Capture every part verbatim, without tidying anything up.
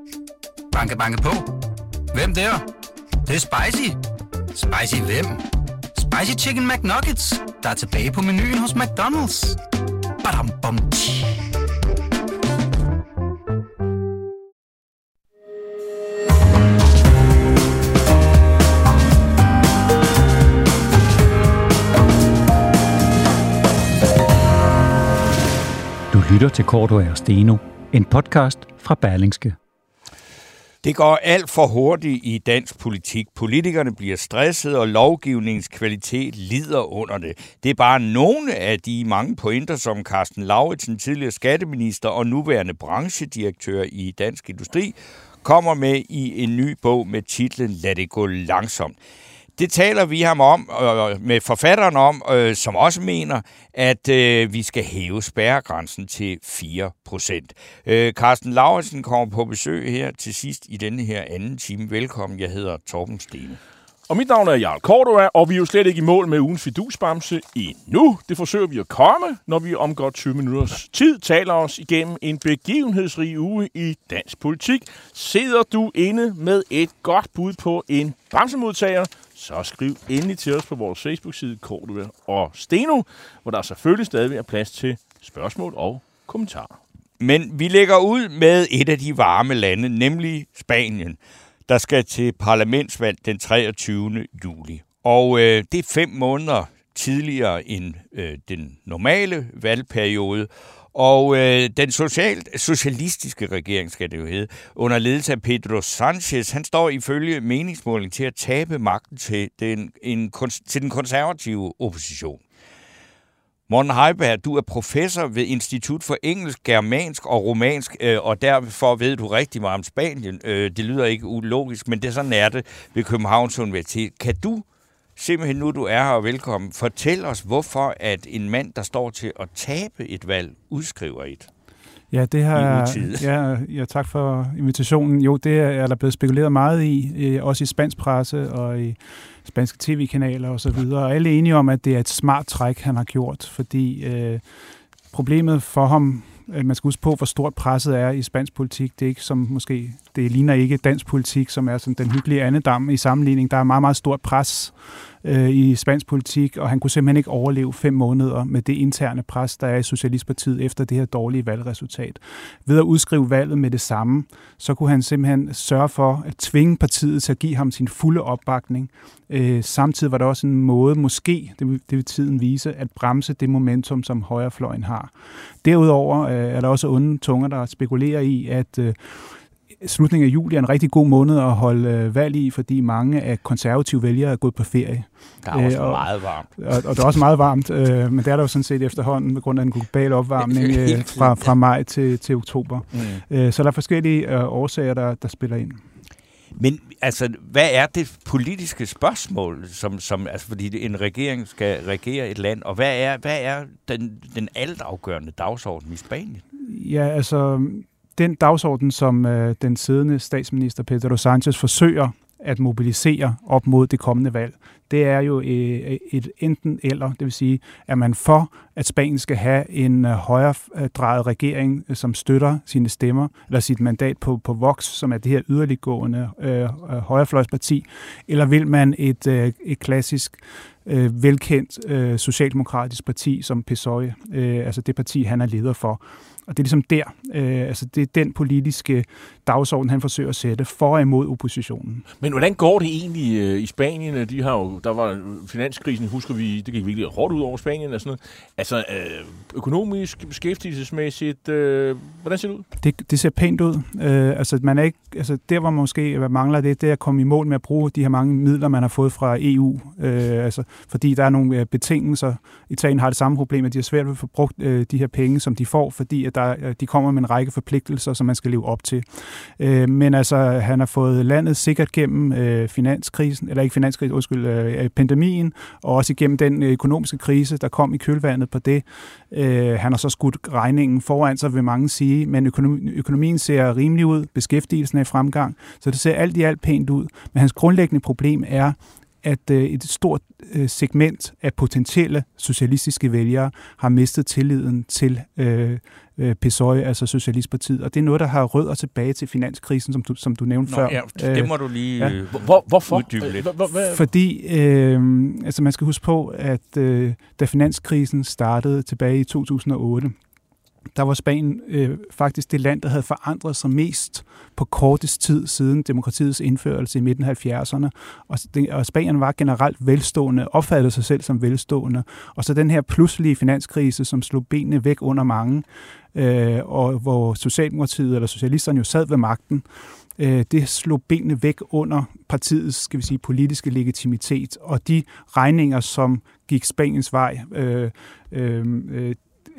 Banke, banke på. Hvem der? Det, det er spicy. Spicy hvem? Spicy Chicken McNuggets, der er tilbage på menuen hos McDonald's. Badum, bom, tji. Du lytter til Cordua og Steno, en podcast fra Berlingske. Det går alt for hurtigt i dansk politik. Politikerne bliver stresset, og lovgivningens kvalitet lider under det. Det er bare nogle af de mange pointer, som Karsten Lauritzen, tidligere skatteminister og nuværende branchedirektør i Dansk Industri, kommer med i en ny bog med titlen Lad det gå langsomt. Det taler vi ham om, øh, med forfatteren om, øh, som også mener, at øh, vi skal hæve spærregrænsen til fire procent. Øh, Karsten Lauritzen kommer på besøg her til sidst i denne her anden time. Velkommen, jeg hedder Torben Steno. Og mit navn er Jarl Cordua, og vi er jo slet ikke i mål med ugens fidusbamse endnu. Det forsøger vi at komme, når vi om godt tyve minutters tid taler os igennem en begivenhedsrig uge i dansk politik. Sidder du inde med et godt bud på en bamsemodtager, så skriv endelig til os på vores Facebook-side Cordua og Steno, hvor der selvfølgelig stadig er plads til spørgsmål og kommentarer. Men vi lægger ud med et af de varme lande, nemlig Spanien, der skal til parlamentsvalg den treogtyvende juli. Og øh, det er fem måneder tidligere end øh, den normale valgperiode. Og øh, den social, socialistiske regering, skal det jo hedde, under ledelse af Pedro Sanchez, han står ifølge meningsmåling til at tabe magten til den, en, til den konservative opposition. Morten Heiberg, du er professor ved Institut for Engelsk, Germansk og Romansk, øh, og derfor ved du rigtig meget om Spanien. Øh, det lyder ikke ulogisk, men det er sådan er det ved Københavns Universitet. Kan du simpelthen, nu du er her og velkommen, fortælle os, hvorfor at en mand, der står til at tabe et valg, udskriver et? Ja, det har, ja, ja, tak for invitationen. Jo, det er der blevet spekuleret meget i, også i spansk presse og i spanske tv-kanaler og så videre. Og alle er enige om, at det er et smart træk, han har gjort, fordi øh, problemet for ham, man skal huske på, hvor stort presset er i spansk politik. Det er ikke som måske, det ligner ikke dansk politik, som er som den hyggelige andedam i sammenligning. Der er meget, meget stort pres øh, i spansk politik, og han kunne simpelthen ikke overleve fem måneder med det interne pres, der er i Socialistpartiet efter det her dårlige valgresultat. Ved at udskrive valget med det samme, så kunne han simpelthen sørge for at tvinge partiet til at give ham sin fulde opbakning. Øh, samtidig var der også en måde, måske, det vil, det vil tiden vise, at bremse det momentum, som højrefløjen har. Derudover øh, er der også onde tunger, der spekulerer i, at øh, slutningen af juli er en rigtig god måned at holde øh, valg i, fordi mange af konservative vælgere er gået på ferie. Der er også øh, og, meget varmt. Og, og det er også meget varmt, øh, men det er der jo sådan set efterhånden på grund af en global opvarmning øh, fra, fra maj til, til oktober. Mm. Øh, så der er forskellige øh, årsager, der, der spiller ind. Men altså, hvad er det politiske spørgsmål, som, som altså, fordi en regering skal regere et land, og hvad er, hvad er den, den altafgørende dagsorden i Spanien? Ja, altså, den dagsorden, som øh, den siddende statsminister Pedro Sanchez forsøger at mobilisere op mod det kommende valg, det er jo et, et enten eller, det vil sige, at man for, at Spanien skal have en højredrejet regering, som støtter sine stemmer, eller sit mandat på, på Vox, som er det her yderliggående øh, højrefløjsparti, eller vil man et, øh, et klassisk, øh, velkendt øh, socialdemokratisk parti som P S O E, øh, altså det parti, han er leder for. Og det er ligesom der, øh, altså det er den politiske dagsorden, han forsøger at sætte for og imod oppositionen. Men hvordan går det egentlig øh, i Spanien? De har jo, der var finanskrisen, husker vi, det gik virkelig hårdt ud over Spanien og sådan noget. Altså øh, økonomisk, beskæftigelsesmæssigt, øh, hvordan ser det ud? Det, det ser pænt ud. Øh, altså man er ikke, altså der hvor måske hvad mangler det, det er at komme i mål med at bruge de her mange midler, man har fået fra E U. Øh, altså fordi der er nogle betingelser. Italien har det samme problem, at de har svært ved at få brugt øh, de her penge, som de får, fordi at der, de kommer med en række forpligtelser, som man skal leve op til. Øh, men altså, han har fået landet sikkert gennem øh, finanskrisen, eller ikke finanskrisen, undskyld, øh, pandemien, og også igennem den økonomiske krise, der kom i kølvandet på det. Øh, han har så skudt regningen foran sig, vil mange sige, men økonomi, økonomien ser rimelig ud, beskæftigelsen er i fremgang, så det ser alt i alt pænt ud. Men hans grundlæggende problem er at øh, et stort øh, segment af potentielle socialistiske vælgere har mistet tilliden til øh, øh, P S O E, altså Socialistpartiet. Og det er noget, der har rødder tilbage til finanskrisen, som du, som du nævnte Nå, før. Ja, det må du lige ja. Hvor, hvorfor? uddybe lidt. Fordi øh, altså man skal huske på, at øh, da finanskrisen startede tilbage i to tusind og otte, der var Spanien øh, faktisk det land, der havde forandret sig mest på kortest tid siden demokratiets indførelse i midten af halvfjerdserne. Og, og Spanien var generelt velstående, opfattede sig selv som velstående. Og så den her pludselige finanskrise, som slog benene væk under mange, øh, og hvor Socialdemokratiet eller socialisterne jo sad ved magten, øh, det slog benene væk under partiets, skal vi sige, politiske legitimitet. Og de regninger, som gik Spaniens vej, øh, øh, øh,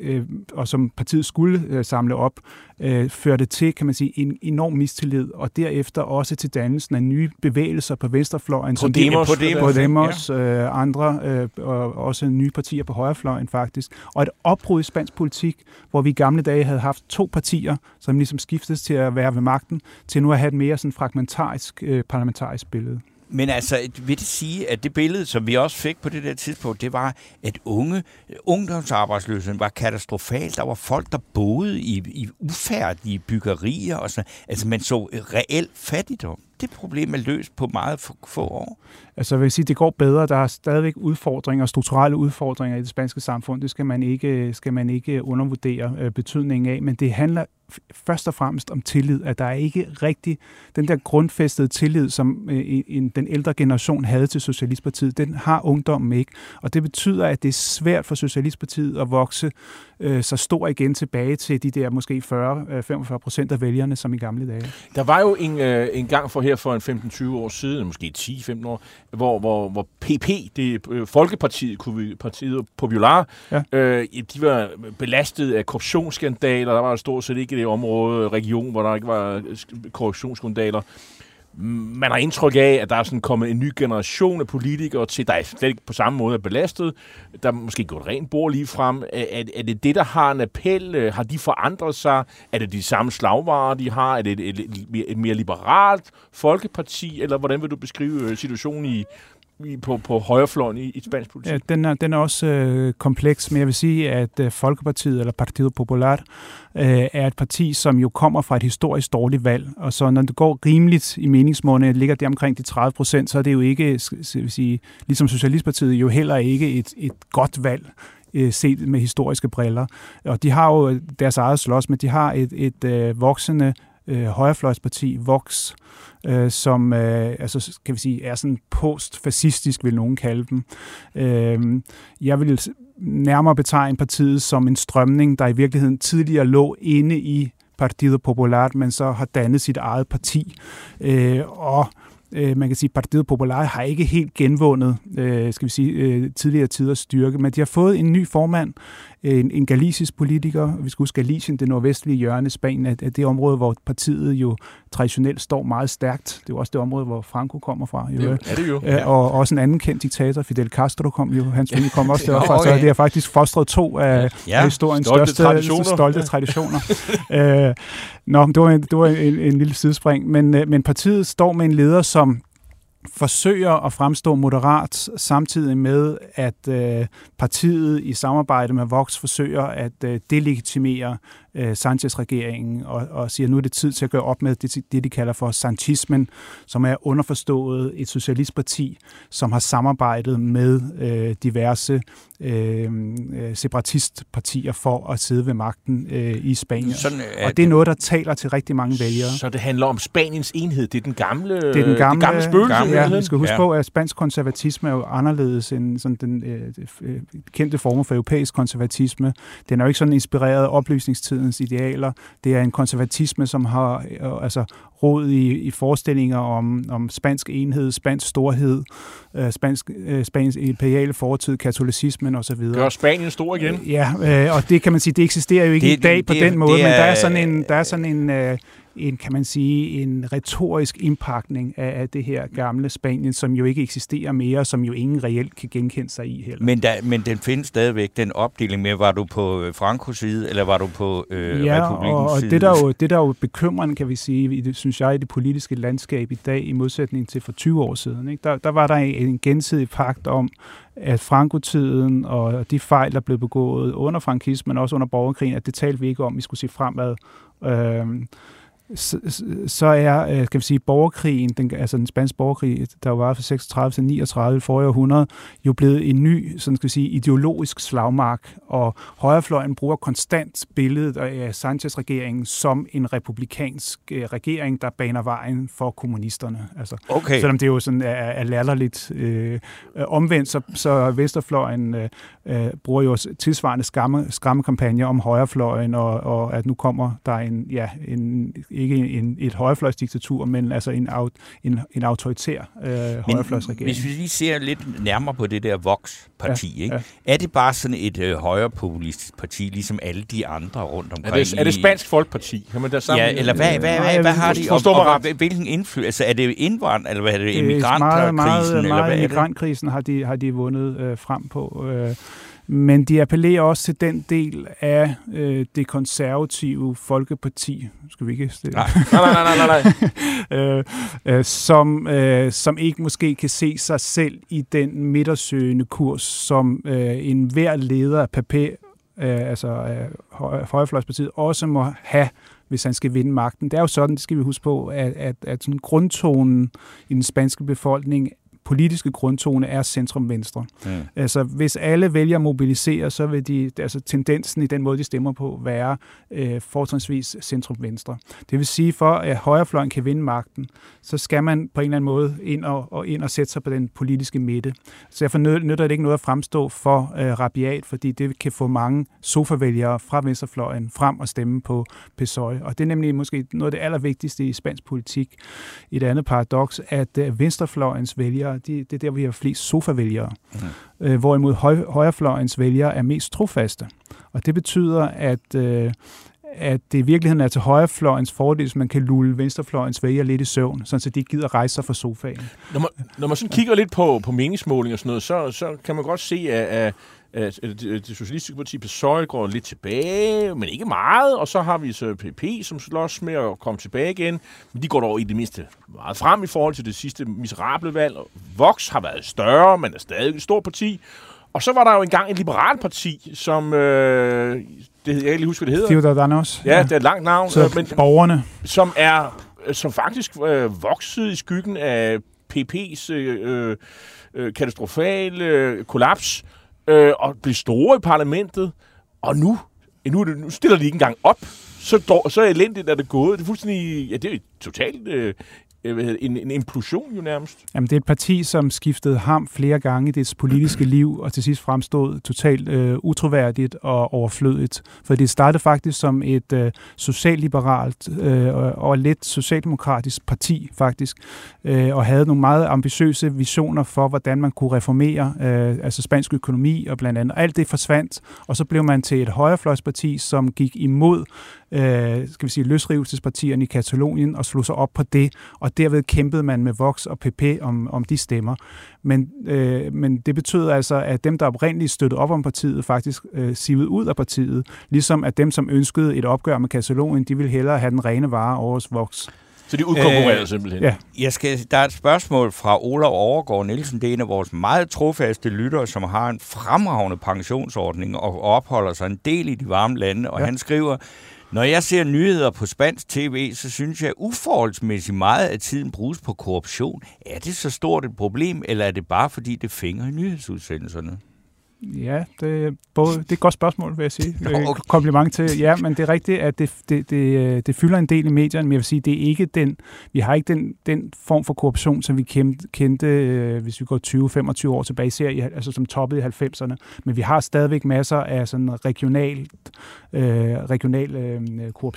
og som partiet skulle øh, samle op, øh, førte til, kan man sige, en enorm mistillid, og derefter også til dannelsen af nye bevægelser på venstrefløjen, som Podemos, Podemos, Podemos ja. øh, andre, øh, og også nye partier på højrefløjen faktisk. Og et opbrud i spansk politik, hvor vi i gamle dage havde haft to partier, som ligesom skiftes til at være ved magten, til nu at have et mere sådan fragmentarisk øh, parlamentarisk billede. Men altså, vil det sige, at det billede, som vi også fik på det der tidspunkt, det var, at unge, ungdomsarbejdsløsheden var katastrofalt. Der var folk, der boede i, i ufærdige byggerier og sådan. Altså, man så reelt fattigdom. Det problem er løst på meget få år. Altså, jeg vil sige, det går bedre. Der er stadigvæk udfordringer, strukturelle udfordringer i det spanske samfund. Det skal man ikke, skal man ikke undervurdere øh, betydningen af, men det handler først og fremmest om tillid, at der er ikke rigtig den der grundfæstede tillid, som øh, en, den ældre generation havde til Socialistpartiet. Den har ungdommen ikke, og det betyder, at det er svært for Socialistpartiet at vokse øh, så stor igen tilbage til de der måske fyrre til femogfyrre procent af vælgerne, som i gamle dage. Der var jo en, øh, en gang for her for en femten til tyve år siden, måske ti til femten år, hvor, hvor, hvor P P, det øh, Folkepartiet, partiet Popular, ja. øh, de var belastet af korruptionsskandaler. Der var stort set ikke det område, region, hvor der ikke var korruptionsskandaler. Man har indtryk af, at der er sådan kommet en ny generation af politikere til, der er slet ikke på samme måde er belastet. Der er måske gået rent bord lige frem. Er, er det det, der har en appel? Har de forandret sig? Er det de samme slagvarer, de har? Er det et, et, et mere liberalt folkeparti? Eller hvordan vil du beskrive situationen i På, på højrefløjen i, i spansk politik? Ja, den er, den er også øh, kompleks, men jeg vil sige, at øh, Folkepartiet, eller Partido Popular, øh, er et parti, som jo kommer fra et historisk dårligt valg, og så når det går rimeligt i meningsmålene, ligger det omkring de tredive procent, så er det jo ikke, skal vi sige, ligesom Socialistpartiet, jo heller ikke et, et godt valg, øh, set med historiske briller. Og de har jo deres eget slås, men de har et, et øh, voksende øh, højrefløjsparti, Vox, Øh, som øh, altså, kan vi sige, er sådan postfascistisk, vil nogen kalde dem. Øh, jeg vil nærmere betegne partiet som en strømning, der i virkeligheden tidligere lå inde i Partido Popular, men så har dannet sit eget parti. Øh, og øh, man kan sige, at Partido Popular har ikke helt genvundet, øh, skal vi sige, øh, tidligere tiders styrke, men de har fået en ny formand, en, en galicisk politiker. Vi skal huske, Galicien, det nordvestlige hjørne af Spanien, er det område, hvor partiet jo traditionelt står meget stærkt. Det er jo også det område, hvor Franco kommer fra. Jo. Det er det jo. Ja. Og også en anden kendt diktator, Fidel Castro, kom jo. Hans familie kom også derfra, så det har faktisk fostret to af ja. historiens stolte største traditioner. stolte traditioner. øh, nå, det var, en, det var en, en lille sidespring. Men, men partiet står med en leder, som forsøger at fremstå moderat, samtidig med, at øh, partiet i samarbejde med Vox forsøger at øh, delegitimere øh, Sanchez-regeringen og, og siger, at nu er det tid til at gøre op med det, det, de kalder for sanchismen, som er underforstået et socialistparti, som har samarbejdet med øh, diverse øh, separatistpartier for at sidde ved magten øh, i Spanien. Sådan, og det er noget, der taler til rigtig mange vælgere. Så det handler om Spaniens enhed. Det er den gamle, det er den gamle, det gamle spøgelse. Ja, vi skal huske ja. på, at spansk konservatisme er jo anderledes end sådan den øh, kendte former for europæisk konservatisme. Den er jo ikke sådan inspireret af oplysningstidens idealer. Det er en konservatisme, som har øh, altså rod i, i forestillinger om, om spansk enhed, spansk storhed, øh, spansk, øh, Spaniens imperiale fortid, katolicismen osv. Gør Spanien stor igen? Ja, øh, og det kan man sige, det eksisterer jo ikke det, i dag det, på det, den måde, men der er sådan en, der er sådan en øh, en, kan man sige, en retorisk indpakning af, af det her gamle Spanien, som jo ikke eksisterer mere, som jo ingen reelt kan genkende sig i heller. Men, der, men den findes stadigvæk, den opdeling med, var du på Francos side, eller var du på øh, ja, republikkens og, og side? det der jo, det der jo bekymrende, kan vi sige, i det, synes jeg, i det politiske landskab i dag, i modsætning til for tyve år siden, ikke? Der, der var der en gensidig pagt om, at Franco-tiden og de fejl, der blev begået under frankismen, men også under borgerkrigen, at det talte vi ikke om, vi skulle se fremad. Øhm, så, så er, kan vi sige, borgerkrigen, den, altså den spanske borgerkrig, der var fra seksogtredive til niogtredive forrige århundrede, jo blevet en ny, sådan skal vi sige, ideologisk slagmark, og højrefløjen bruger konstant billedet af Sanchez-regeringen som en republikansk regering, der baner vejen for kommunisterne. Altså, okay. Selvom det jo sådan er, er latterligt øh, omvendt, så, så venstrefløjen øh, øh, bruger jo tilsvarende skamme, skræmmekampagner om højrefløjen, og, og at nu kommer der en, ja, en ikke en, et højrefløjsdiktatur, men altså en, en, en autoritær øh, højrefløjsregering. Hvis vi lige ser lidt nærmere på det der Vox-parti, ja, ikke? Ja. Er det bare sådan et øh, højrepopulistisk parti, ligesom alle de andre rundt omkring? Er det, er det Spansk Folkeparti? Kan man der sammen? Ja, eller hvad, hvad, hvad, hvad, hvad har de? Og, og, og hvilken indflydelse? Er det indvandrere, eller hvad er det? Immigrantkrisen? Meget, eller meget hvad immigrantkrisen har de, har de vundet øh, frem på. Øh, Men de appellerer også til den del af øh, det konservative folkeparti, skal vi ikke stille? Nej, nej, nej, nej, nej. øh, øh, som, øh, som ikke måske kan se sig selv i den midtersøgende kurs, som øh, en hver leder af papir, øh, altså øh, højrefløjspartiet, også må have, hvis han skal vinde magten. Det er jo sådan, det skal vi huske på, at, at, at sådan grundtonen i den spanske befolkning, politiske grundtone er centrum-venstre. Mm. Altså, hvis alle vælger at mobilisere, så vil de, altså tendensen i den måde, de stemmer på, være øh, fortrinsvis centrum-venstre. Det vil sige, for at højrefløjen kan vinde magten, så skal man på en eller anden måde ind og, og, ind og sætte sig på den politiske midte. Så derfor nytter det ikke noget at fremstå for øh, rabiat, fordi det kan få mange sofavælgere fra venstrefløjen frem og stemme på P S O E. Og det er nemlig måske noget af det allervigtigste i spansk politik. Et andet paradoks, at øh, venstrefløjens vælgere, De, det er der, vi har flest sofavælgere. Mm. Øh, hvorimod høj, højrefløjens vælgere er mest trofaste. Og det betyder, at, øh, at det i virkeligheden er til højrefløjens fordel, så man kan lulle venstrefløjens vælgere lidt i søvn, sådan så de ikke gider rejse sig fra sofaen. Når man, når man sådan kigger lidt på, på meningsmålinger og sådan noget, så, så kan man godt se, at, at, at det socialistiske parti P S O E går lidt tilbage, men ikke meget, og så har vi så P P, som slås med at komme tilbage igen, men de går dog i det mindste meget frem i forhold til det sidste miserable valg. Vox har været større, men er stadig et stort parti. Og så var der jo engang et liberalt parti, som, øh, det, jeg kan ikke huske, hvad det hedder. Ciudadanos. Ja, ja, det er et langt navn. Så men, borgerne. Som er, som faktisk øh, voksede i skyggen af P P's øh, øh, katastrofale øh, kollaps, øh, og blev store i parlamentet, og nu, nu, nu stiller de ikke engang op. Så, dår, så elendigt er det gået. Det er fuldstændig, ja, det er totalt øh, en, en implosion jo nærmest. Jamen, det er et parti, som skiftede ham flere gange i dets politiske liv, og til sidst fremstod totalt øh, utroværdigt og overflødigt. For det startede faktisk som et øh, socialliberalt øh, og lidt socialdemokratisk parti, faktisk, øh, og havde nogle meget ambitiøse visioner for, hvordan man kunne reformere øh, altså spansk økonomi og blandt andet. Alt det forsvandt, og så blev man til et højrefløjsparti, som gik imod øh, skal vi sige, løsrivelsespartierne i Katalonien og slog sig op på det, og derved kæmpede man med Vox og P P om, om de stemmer. Men, øh, men det betød altså, at dem, der oprindeligt støttede op om partiet, faktisk øh, sivede ud af partiet, ligesom at dem, som ønskede et opgør med Katalonien, de ville hellere have den rene vare over hos Vox. Så de udkonkurrerede øh, simpelthen? Ja. Jeg skal, der er et spørgsmål fra Olav Overgaard Nielsen. Det er en af vores meget trofaste lyttere, som har en fremragende pensionsordning og opholder sig en del i de varme lande, og ja. Han skriver: Når jeg ser nyheder på spansk tv, så synes jeg uforholdsmæssigt meget af tiden bruges på korruption. Er det så stort et problem, eller er det bare fordi det fænger i nyhedsudsendelserne? Ja, det er, både, det er et godt spørgsmål, vil jeg sige. Okay. Kompliment til. Ja, men det er rigtigt, at det, det, det, det fylder en del i medierne, men jeg vil sige, det er ikke den, vi har ikke den, den form for korruption, som vi kendte, kendte hvis vi går tyve til femogtyve år tilbage, især i, altså som toppede i halvfemserne. Men vi har stadigvæk masser af sådan regional, øh, regional øh, korruption.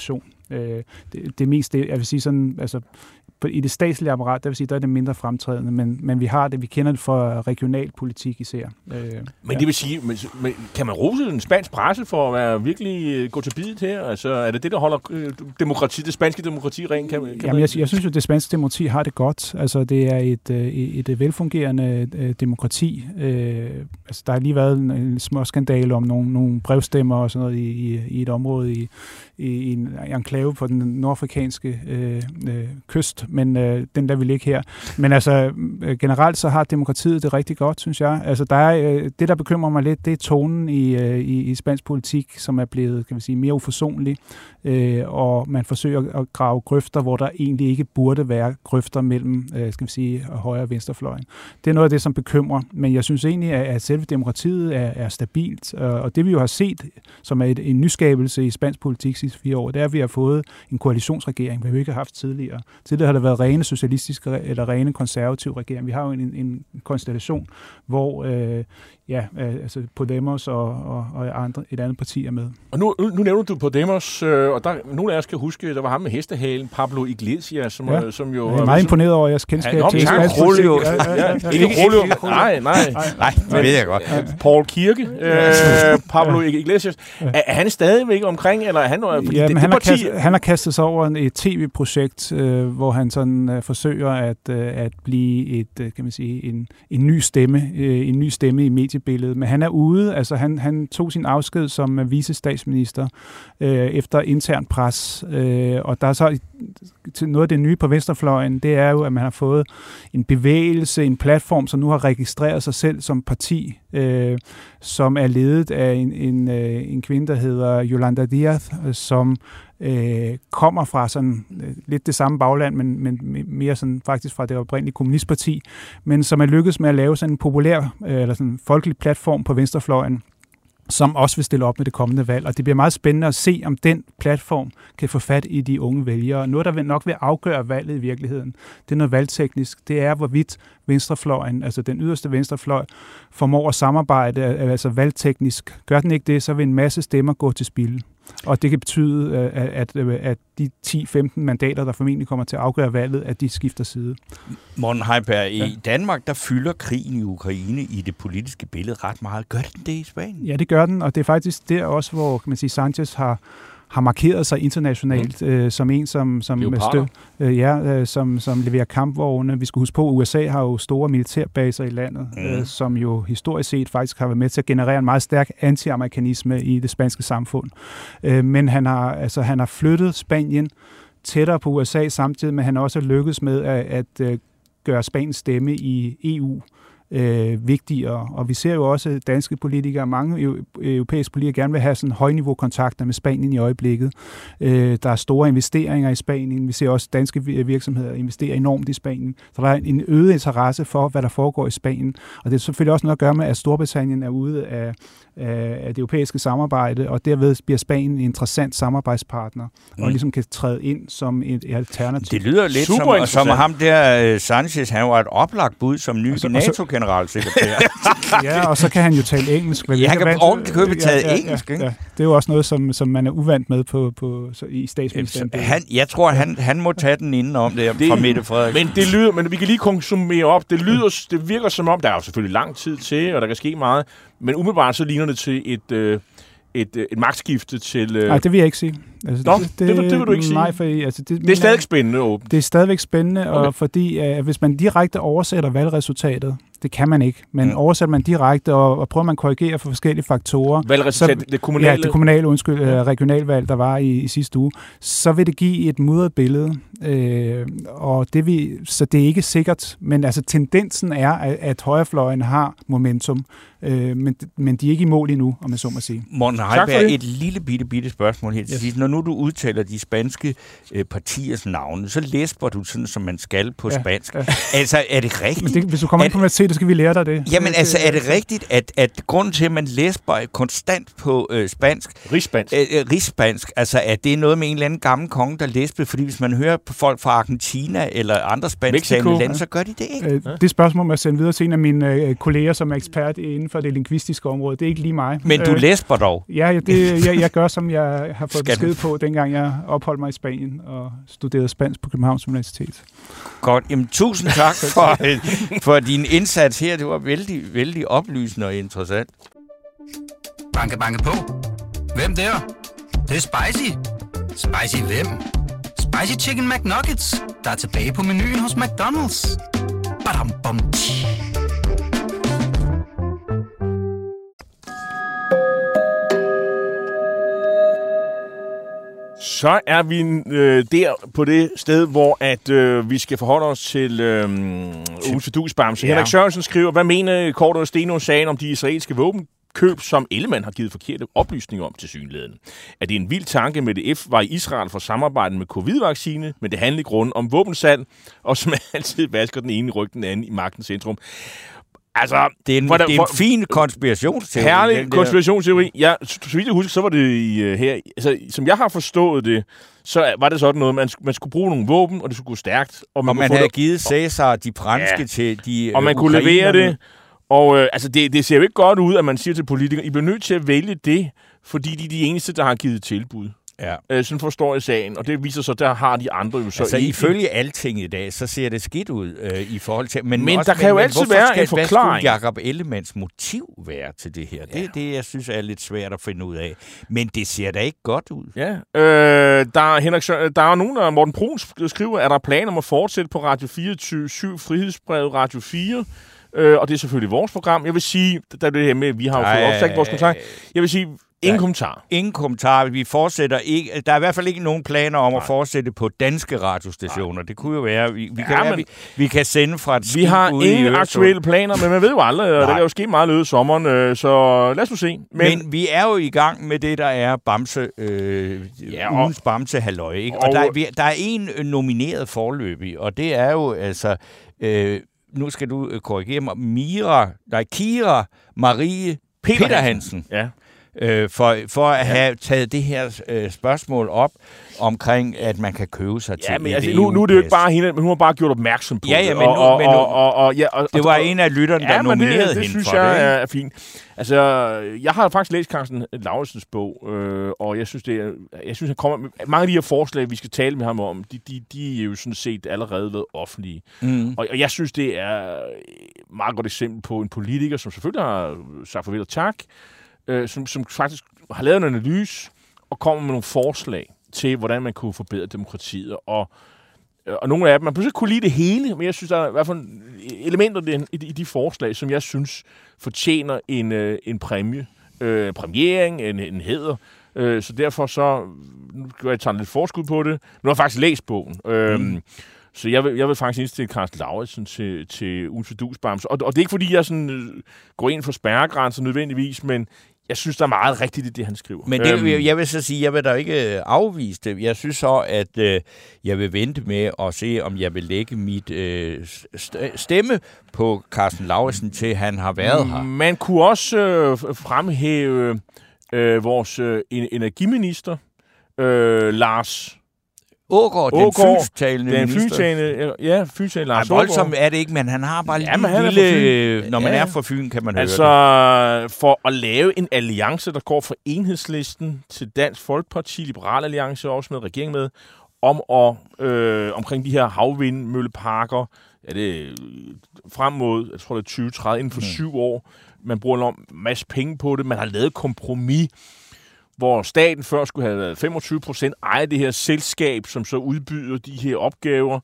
Øh, det, det mest, det, jeg vil sige sådan, altså i det statslige apparat, der vil sige, der er det mindre fremtrædende, men, men vi har det, vi kender det fra regionalpolitik især. Øh, men ja. det vil sige, men, men, kan man rose en spansk presse for at være virkelig gå til bidet her? Altså, er det det, der holder øh, demokrati, det spanske demokrati rent? Kan, kan Jamen, man... jeg, jeg synes jo, det spanske demokrati har det godt. Altså, det er et, et, et velfungerende øh, demokrati. Øh, altså, der har lige været en, en små skandale om nogle, nogle brevstemmer og sådan noget i, i, i et område i, i en enklave på den nordafrikanske øh, øh, kyst, men øh, den lader vi ligge her. Men altså, øh, generelt så har demokratiet det rigtig godt, synes jeg. Altså, der er, øh, det, der bekymrer mig lidt, det er tonen i, øh, i, i spansk politik, som er blevet, kan vi sige, mere uforsonlig, øh, og man forsøger at grave grøfter, hvor der egentlig ikke burde være grøfter mellem, øh, skal vi sige, højre- og venstrefløjen. Det er noget af det, som bekymrer, men jeg synes egentlig, at, at selve demokratiet er, er stabilt, og det vi jo har set, som er et, en nyskabelse i spansk politik sidste fire år, det er, at vi har fået en koalitionsregering, vi har jo ikke haft tidligere. Tidligere har der været rene socialistiske eller rene konservative regering. Vi har jo en, en konstellation, hvor øh, ja, altså Podemos og, og, og andre, et andet parti er med. Og nu, nu nævner du Podemos, øh, og der, nogle af os kan huske, der var ham med hestehalen, Pablo Iglesias, som, ja. som jo... Jeg er meget imponeret over jeres kendskab ja, til spansk politik. Ikke Rolio. Nej, nej. Nej, det ved jeg godt. Paul Kirke, øh, Pablo Iglesias. Er, er han stadigvæk omkring, eller er han... Ja, det, men han, har kastet, han har kastet sig over et tv-projekt, øh, hvor han sådan øh, forsøger at, øh, at blive et, øh, kan man sige, en, en ny stemme, øh, en ny stemme i mediebilledet. Men han er ude, altså han, han tog sin afsked som vicestatsminister øh, efter intern pres, øh, og der er så noget af det nye på venstrefløjen, det er jo, at man har fået en bevægelse, en platform, som nu har registreret sig selv som parti, øh, som er ledet af en, en, øh, en kvinde, der hedder Yolanda Díaz, som øh, kommer fra sådan øh, lidt det samme bagland, men, men mere sådan faktisk fra det oprindelige kommunistparti, men som er lykkedes med at lave sådan en populær øh, eller sådan en folkelig platform på venstrefløjen, som også vil stille op med det kommende valg. Og det bliver meget spændende at se, om den platform kan få fat i de unge vælgere. Noget, der nok vil afgøre valget i virkeligheden, det er noget valgteknisk. Det er, hvorvidt venstrefløjen, altså den yderste venstrefløj, formår at samarbejde, altså valgteknisk. Gør den ikke det, så vil en masse stemmer gå til spilde. Og det kan betyde, at, at, at de ti femten mandater, der formentlig kommer til at afgøre valget, at de skifter side. Morten Heiberg, i ja. Danmark, der fylder krigen i Ukraine i det politiske billede ret meget. Gør den det i Spanien? Ja, det gør den, og det er faktisk der også, hvor kan man sige, Sanchez har har markeret sig internationalt mm. øh, som en, som, som, stø, øh, ja, øh, som, som leverer kampvogne. Vi skal huske på, at U S A har jo store militærbaser i landet, mm. øh, som jo historisk set faktisk har været med til at generere en meget stærk anti-amerikanisme i det spanske samfund. Øh, men han har, altså, han har flyttet Spanien tættere på U S A samtidig, men han har også lykkedes med at, at, at gøre Spaniens stemme i E U Øh, vigtigere. Og vi ser jo også danske politikere, mange europæiske politikere gerne vil have sådan højniveau-kontakter med Spanien i øjeblikket. Øh, der er store investeringer i Spanien. Vi ser også danske virksomheder investere enormt i Spanien. Så der er en øget interesse for, hvad der foregår i Spanien. Og det er selvfølgelig også noget at gøre med, at Storbritannien er ude af, af det europæiske samarbejde, og derved bliver Spanien en interessant samarbejdspartner, mm. og ligesom kan træde ind som et alternativ. Det lyder lidt som, som ham der, Sanchez, han var et oplagt bud som ny altså, NATO-generalsekretær. Ja, og så kan han jo tale engelsk. Ja, han kan ordentligt købe taget ja, ja, engelsk, ikke? Ja, det er jo også noget, som, som man er uvant med på, på, så, i statsministeren. Han, jeg tror, han, han må tage den indenom der det, fra Mette Frederiksen. Men det lyder, men vi kan lige konsumere op. Det lyder, det virker som om, der er jo selvfølgelig lang tid til, og der kan ske meget, men umiddelbart så ligner det til et, øh, et, et magtskifte til... Øh... Nej, det vil jeg ikke sige. Altså, Nå, det, det, det, det vil du ikke sige. Nej, for, altså, det, det er stadig spændende åbent. Det er stadigvæk spændende, okay. Og fordi uh, hvis man direkte oversætter valgresultatet, det kan man ikke, men mm. oversætter man direkte, og, og prøver man at korrigere for forskellige faktorer... Valgresultat, så, det kommunale... Ja, det kommunale, undskyld, ja. regionalvalg, der var i, i sidste uge, så vil det give et mudret billede. Øh, og det vi, så det er ikke sikkert, men altså tendensen er, at, at højrefløjen har momentum, øh, men, men de er ikke i mål endnu, om jeg så må sige. Morten Heiberg, et lille bitte, bitte spørgsmål helt til sidst. Når nu du udtaler de spanske øh, partiers navne, så læsper du sådan, som man skal på ja, spansk. Ja. Altså, er det rigtigt? Men det, hvis du kommer ind på universitetet, skal vi lære dig det. Jamen det, altså, er det rigtigt, at, at grunden til, at man læser konstant på øh, spansk... Rigsspansk. Øh, rigsspansk, altså er det noget med en eller anden gammel konge, der læste? Fordi hvis man hører på folk fra Argentina eller andre spansktalende lande, så gør de det ikke. Øh, ja. Det spørgsmål må jeg sende videre til en af mine øh, kolleger, som er ekspert inden for det lingvistiske område. Det er ikke lige mig. Men du øh, læsper dog? Ja, det, jeg, jeg gør, som jeg har fået besked på, dengang jeg opholdt mig i Spanien og studerede spansk på Københavns Universitet. Godt. Jamen, tusind tak for, for din indsats her. Det var vældig, vældig oplysende og interessant. Banke, banke på. Hvem der? Det, det er spicy. Spicy hvem? Spicy Chicken McNuggets, der er tilbage på menuen hos McDonald's. Badum, bom, tji. Så er vi øh, der på det sted, hvor at øh, vi skal forholde os til øh, ugens fidusbamse. Ja. Henrik Sørensen skriver, hvad mener Kort og Steno sagen om de israelske våbenkøb, som Ellemann har givet forkerte oplysninger om til synligheden? Er det en vild tanke med det F var i Israel for samarbejde med covid-vaccine, men det handler i grunden om våbensalg, og som altid vasker den ene ryg den anden i magtens centrum. Altså, det er en, for, det er en fin konspirationsteori. Herlig konspirationsteori. Ja, så vidt jeg husker, så var det i, uh, her... Altså, som jeg har forstået det, så var det sådan noget, man, man skulle bruge nogle våben, og det skulle gå stærkt. Og man, og man havde det, givet Cæsar de franske ja, til de og man kunne levere det. Og øh, altså, det, det ser jo ikke godt ud, at man siger til politikere, I bliver nødt til at vælge det, fordi de er de eneste, der har givet tilbud. Ja. Øh, sådan forstår jeg sagen, og det viser sig, der har de andre jo så... Altså, ifølge alting i dag, så ser det skidt ud øh, i forhold til... Men, men også, der kan men, jo altid være en forklaring. Hvad skulle Jacob Ellemanns motiv være til det her? Det er ja. det, jeg synes er lidt svært at finde ud af. Men det ser da ikke godt ud. Ja. Øh, der, er Henrik, der er nogen, der... Morten Brun skriver, er der planer om at fortsætte på Radio fireogtyve syv, Frihedsbrevet Radio fire? Øh, og det er selvfølgelig vores program. Jeg vil sige, der er det her med, vi har jo fået opsagt vores kontakt. Jeg vil sige... Ingen kommentar. Ingen kommentar. Vi fortsætter ikke. Der er i hvert fald ikke nogen planer om Nej. at fortsætte på danske radiostationer. Nej. Det kunne jo være, vi, vi, ja, kan, være, vi, vi kan sende fra et skib. Vi har ingen aktuelle planer, men man ved jo aldrig, og der kan jo ske meget løbet i sommeren, så lad os nu se. Men, men vi er jo i gang med det, der er Bamse, øh, ja, og, ugens Bamse-halløj. Ikke? Og, og der, vi, der er en nomineret forløbig, og det er jo altså... Øh, nu skal du korrigere mig. Mira, nej, Kira Marie Peter, Peter Hansen. Ja. Øh, for, for at have taget det her øh, spørgsmål op omkring, at man kan købe sig ja, til men altså, nu, nu er det jo ikke bare hende, men hun har bare gjort opmærksom på ja, ja, det. Men nu, og, men nu, og, og, og, ja, og, det var og, en af lytterne, ja, der nominerede det, det hende synes for jeg det. er, er fint. Altså, jeg har faktisk læst Carsten Lauritzens bog, øh, og jeg synes, det er, jeg synes, han kommer med mange af de her forslag, vi skal tale med ham om, de, de, de er jo sådan set allerede været offentlige. Mm. Og, og jeg synes, det er et meget godt eksempel på en politiker, som selvfølgelig har sagt farvel og tak, øh, som, som faktisk har lavet en analyse og kommer med nogle forslag til, hvordan man kunne forbedre demokratiet. Og, og nogle af dem, man pludselig kunne lide det hele, men jeg synes, der er i hvert fald elementer i de, i de forslag, som jeg synes fortjener en, en præmie, øh, premiering, en, en hæder. Øh, så derfor så, nu skal jeg tage lidt forskud på det. Nu har jeg faktisk læst bogen. Mm. Øhm, Så jeg vil, jeg vil faktisk indstille Carsten Lauritsen til, til ugens fidusbamse. Og, og det er ikke, fordi jeg sådan, øh, går ind for spærregrænser nødvendigvis, men jeg synes, der er meget rigtigt i det, han skriver. Men det, øhm. jeg vil så sige, jeg vil da ikke afvise det. Jeg synes så, at øh, jeg vil vente med at se, om jeg vil lægge mit øh, stemme på Carsten Lauritsen, til han har været her. Man kunne også øh, fremhæve øh, vores øh, energiminister, øh, Lars Ågaard, den fyntalende den fyntalende, ja, fyntalende Lars Ågaard. Voldsomt er det ikke, men han har bare ja, lige lille... Når man ja. er fra Fyn, kan man altså, høre det. Altså, for at lave en alliance, der går fra Enhedslisten til Dansk Folkeparti, Liberal Alliance, også med regeringen med, om at, øh, omkring de her havvindmølleparker, ja, det frem mod, jeg tror det er tyve tredive, inden for mm. syv år. Man bruger en masse penge på det. Man har lavet kompromis, hvor staten før skulle have været femogtyve procent eje det her selskab, som så udbyder de her opgaver.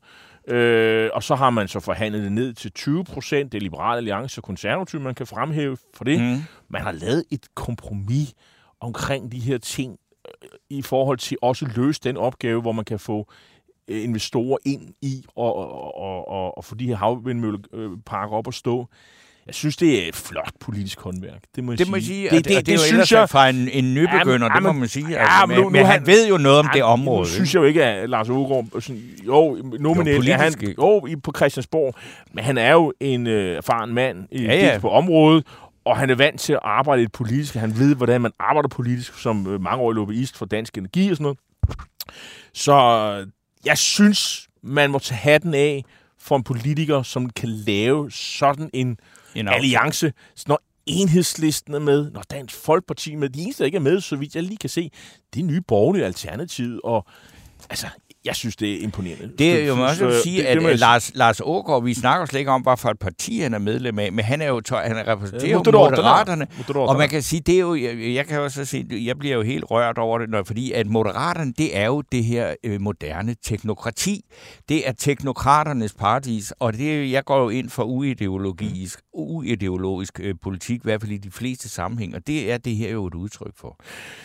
Øh, og så har man så forhandlet det ned til tyve procent. Det er Liberal Alliance og Konservative, man kan fremhæve for det. Mm. Man har lavet et kompromis omkring de her ting, øh, i forhold til også løse den opgave, hvor man kan få øh, investorer ind i og, og, og, og få de her havvindmølleparker op at stå. Jeg synes, det er et flot politisk håndværk. Det må jeg det sige. Må jeg sige. Det, det, det, det, det, det er jo synes jeg jeg fra en, en nybegynder, ja, det må man sige. Ja, altså, men, men, nu, men nu, han, han ved jo noget om han, det område. Nu synes jeg jo ikke, at Lars Aagaard sådan, jo, nominelt er han jo, på Christiansborg, men han er jo en øh, erfaren mand i, ja, ja. på området, og han er vant til at arbejde i det politiske. Han ved, hvordan man arbejder politisk som øh, mangeårig lobbyist for Dansk Energi og sådan noget. Så jeg synes, man må tage hatten af for en politiker, som kan lave sådan en, en alliance, når Enhedslisten er med, når Dansk Folkeparti er med. De eneste, der ikke er med, så vidt jeg lige kan se, det er Nye Borgerlige Alternativet, og altså, jeg synes, det er imponerende. Det er jo også at sige, det, at det, det Lars, Lars Aagaard, vi snakker slet ikke om, hvad for et parti han er medlem af, men han er jo han repræsenterer ja, Moderaterne, Moderaterne, og man kan sige, det er jo, jeg, jeg kan også se, jeg bliver jo helt rørt over det, når, fordi at Moderaterne, det er jo det her øh, moderne teknokrati. Det er teknokraternes paradis, og det, jeg går jo ind for uideologisk, uideologisk øh, politik, i hvert fald i de fleste sammenhæng, og det er det her jo et udtryk for.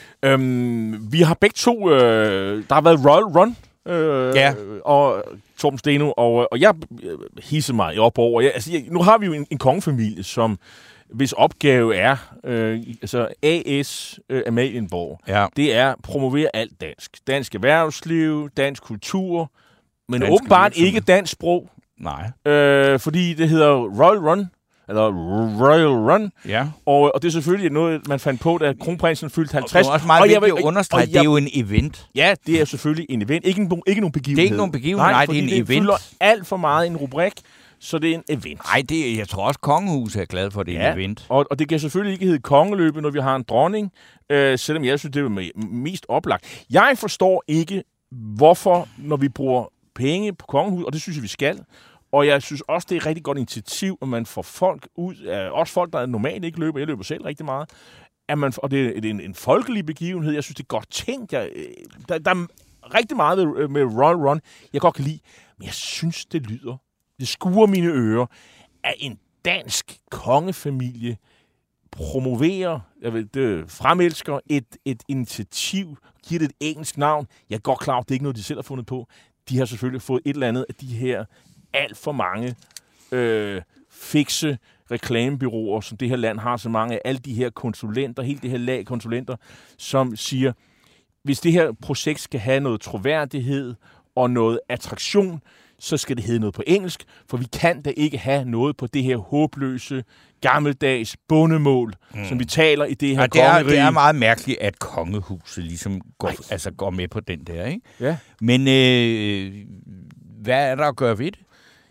Øhm, vi har begge to, øh, der har været Royal Run, Øh, ja. Og Torben Steno, og, og jeg hisser mig op over. Jeg, altså, jeg, nu har vi jo en, en kongefamilie, som hvis opgave er, øh, altså A S øh, Amalienborg, ja. Det er at promovere alt dansk. Dansk erhvervsliv, dansk kultur, men dansk åbenbart kultur. Ikke dansk sprog. Nej. Øh, fordi det hedder Royal Run, eller Royal Run. Ja. Og, og det er selvfølgelig noget, man fandt på, da kronprinsen fyldte halvtreds. Og det er også meget og vigtigt at understrege, det er jo en event. Ja, det er selvfølgelig en event. Ikke, en, ikke nogen begivenhed. Det er ikke nogen begivenhed, nej, nej det er en det event. Det fylder alt for meget en rubrik, så det er en event. Nej, det, jeg tror også, kongehuset er glad for, det er ja, en event. Og, og det kan selvfølgelig ikke hedde kongeløbet, når vi har en dronning, øh, selvom jeg synes, det er mest oplagt. Jeg forstår ikke, hvorfor, når vi bruger penge på kongehuset, og det synes jeg, vi skal. Og jeg synes også, det er et rigtig godt initiativ, at man får folk ud, også folk, der normalt ikke løber, jeg løber selv rigtig meget, at man, og det er en, en folkelig begivenhed, jeg synes, det er godt tænkt. Jeg, der, der er rigtig meget med, med Royal Run, jeg godt kan lide, men jeg synes, det lyder, det skuer mine ører, at en dansk kongefamilie promoverer, jeg ved, det, fremelsker et, et initiativ, giver det et engelsk navn. Jeg er godt klar, det er ikke noget, de selv har fundet på. De har selvfølgelig fået et eller andet af de her alt for mange øh, fikse reklamebyråer, som det her land har så mange af, alle de her konsulenter, hele det her lag konsulenter, som siger, hvis det her projekt skal have noget troværdighed og noget attraktion, så skal det hedde noget på engelsk, for vi kan da ikke have noget på det her håbløse, gammeldags bondemål, mm. som vi taler i det her ja, det er, kongerige. Det er meget mærkeligt, at kongehuset ligesom går, altså går med på den der, ikke? Ja. Men øh, hvad er der at gøre ved det?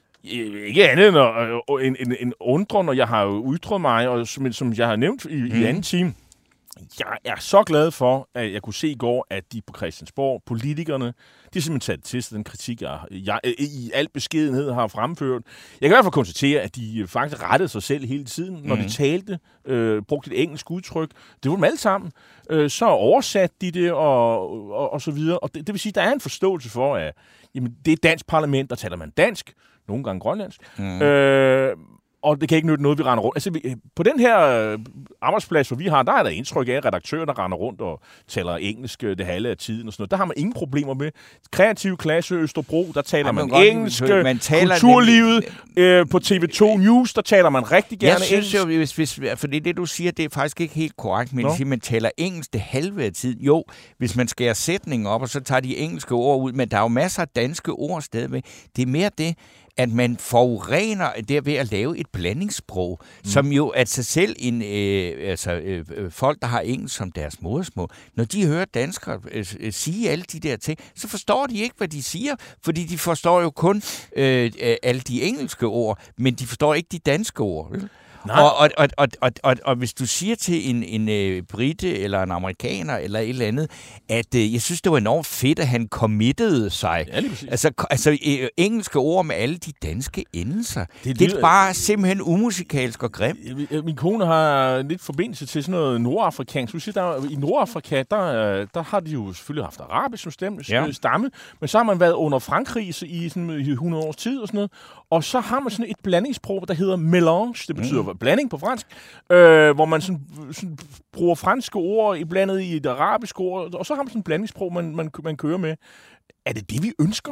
Ikke andet end en, en, en undren, og jeg har jo ytret mig, og som, som jeg har nævnt i, mm. i anden time. Jeg er så glad for, at jeg kunne se i går, at de på Christiansborg, politikerne, de har simpelthen taget til sig den kritik, jeg, jeg i al beskedenhed har fremført. Jeg kan i hvert fald konstatere, at de faktisk rettede sig selv hele tiden, når mm. de talte, øh, brugte et engelsk udtryk. Det var dem alle sammen. Øh, så oversatte de det, og, og, og så videre. Og det, det vil sige, at der er en forståelse for, at jamen, det er dansk parlament, der taler man dansk, nogle gange grønlandsk. Mm. Øh, og det kan ikke nytte noget, vi render rundt. Altså, vi, på den her øh, arbejdsplads, hvor vi har, der er der indtryk af, at redaktører, der render rundt og taler engelsk det halve af tiden og sådan noget. Der har man ingen problemer med. Kreativ klasse Østerbro, der taler ja, man, man engelsk. Man taler kulturlivet øh, på T V to News, der taler man rigtig gerne engelsk. Jeg synes jo, hvis, hvis, fordi det du siger, det er faktisk ikke helt korrekt, men siger, man taler engelsk det halve af tiden. Jo, hvis man skærer sætningen op, og så tager de engelske ord ud, men der er jo masser af danske ord stadigvæk. Det er mere det, at man forurener det ved at lave et blandingssprog, mm. som jo er sig selv en, øh, altså, øh, folk, der har engelsk som deres modersmål. Når de hører danskere øh, sige alle de der ting, så forstår de ikke, hvad de siger, fordi de forstår jo kun øh, alle de engelske ord, men de forstår ikke de danske ord. Vel? Og, og, og, og, og, og, og hvis du siger til en, en øh, brite eller en amerikaner eller et eller andet, at øh, jeg synes, det var enormt fedt, at han committede sig. Ja, altså, altså øh, engelske ord med alle de danske endelser. Det, det er bare simpelthen umusikalsk og grim. Min kone har lidt forbindelse til sådan noget nordafrikansk. Du siger, der, i Nordafrika, der, der har de jo selvfølgelig haft arabisk som stemme, ja. stamme, men så har man været under Frankrig i sådan hundrede års tid og sådan noget. Og så har man sådan et blandingssprog, der hedder mélange. Det betyder mm. blanding på fransk, øh, hvor man sådan, sådan bruger franske ord i blandet i et arabisk ord, og så har man sådan et blandingssprog, man, man, man kører med. Er det det, vi ønsker?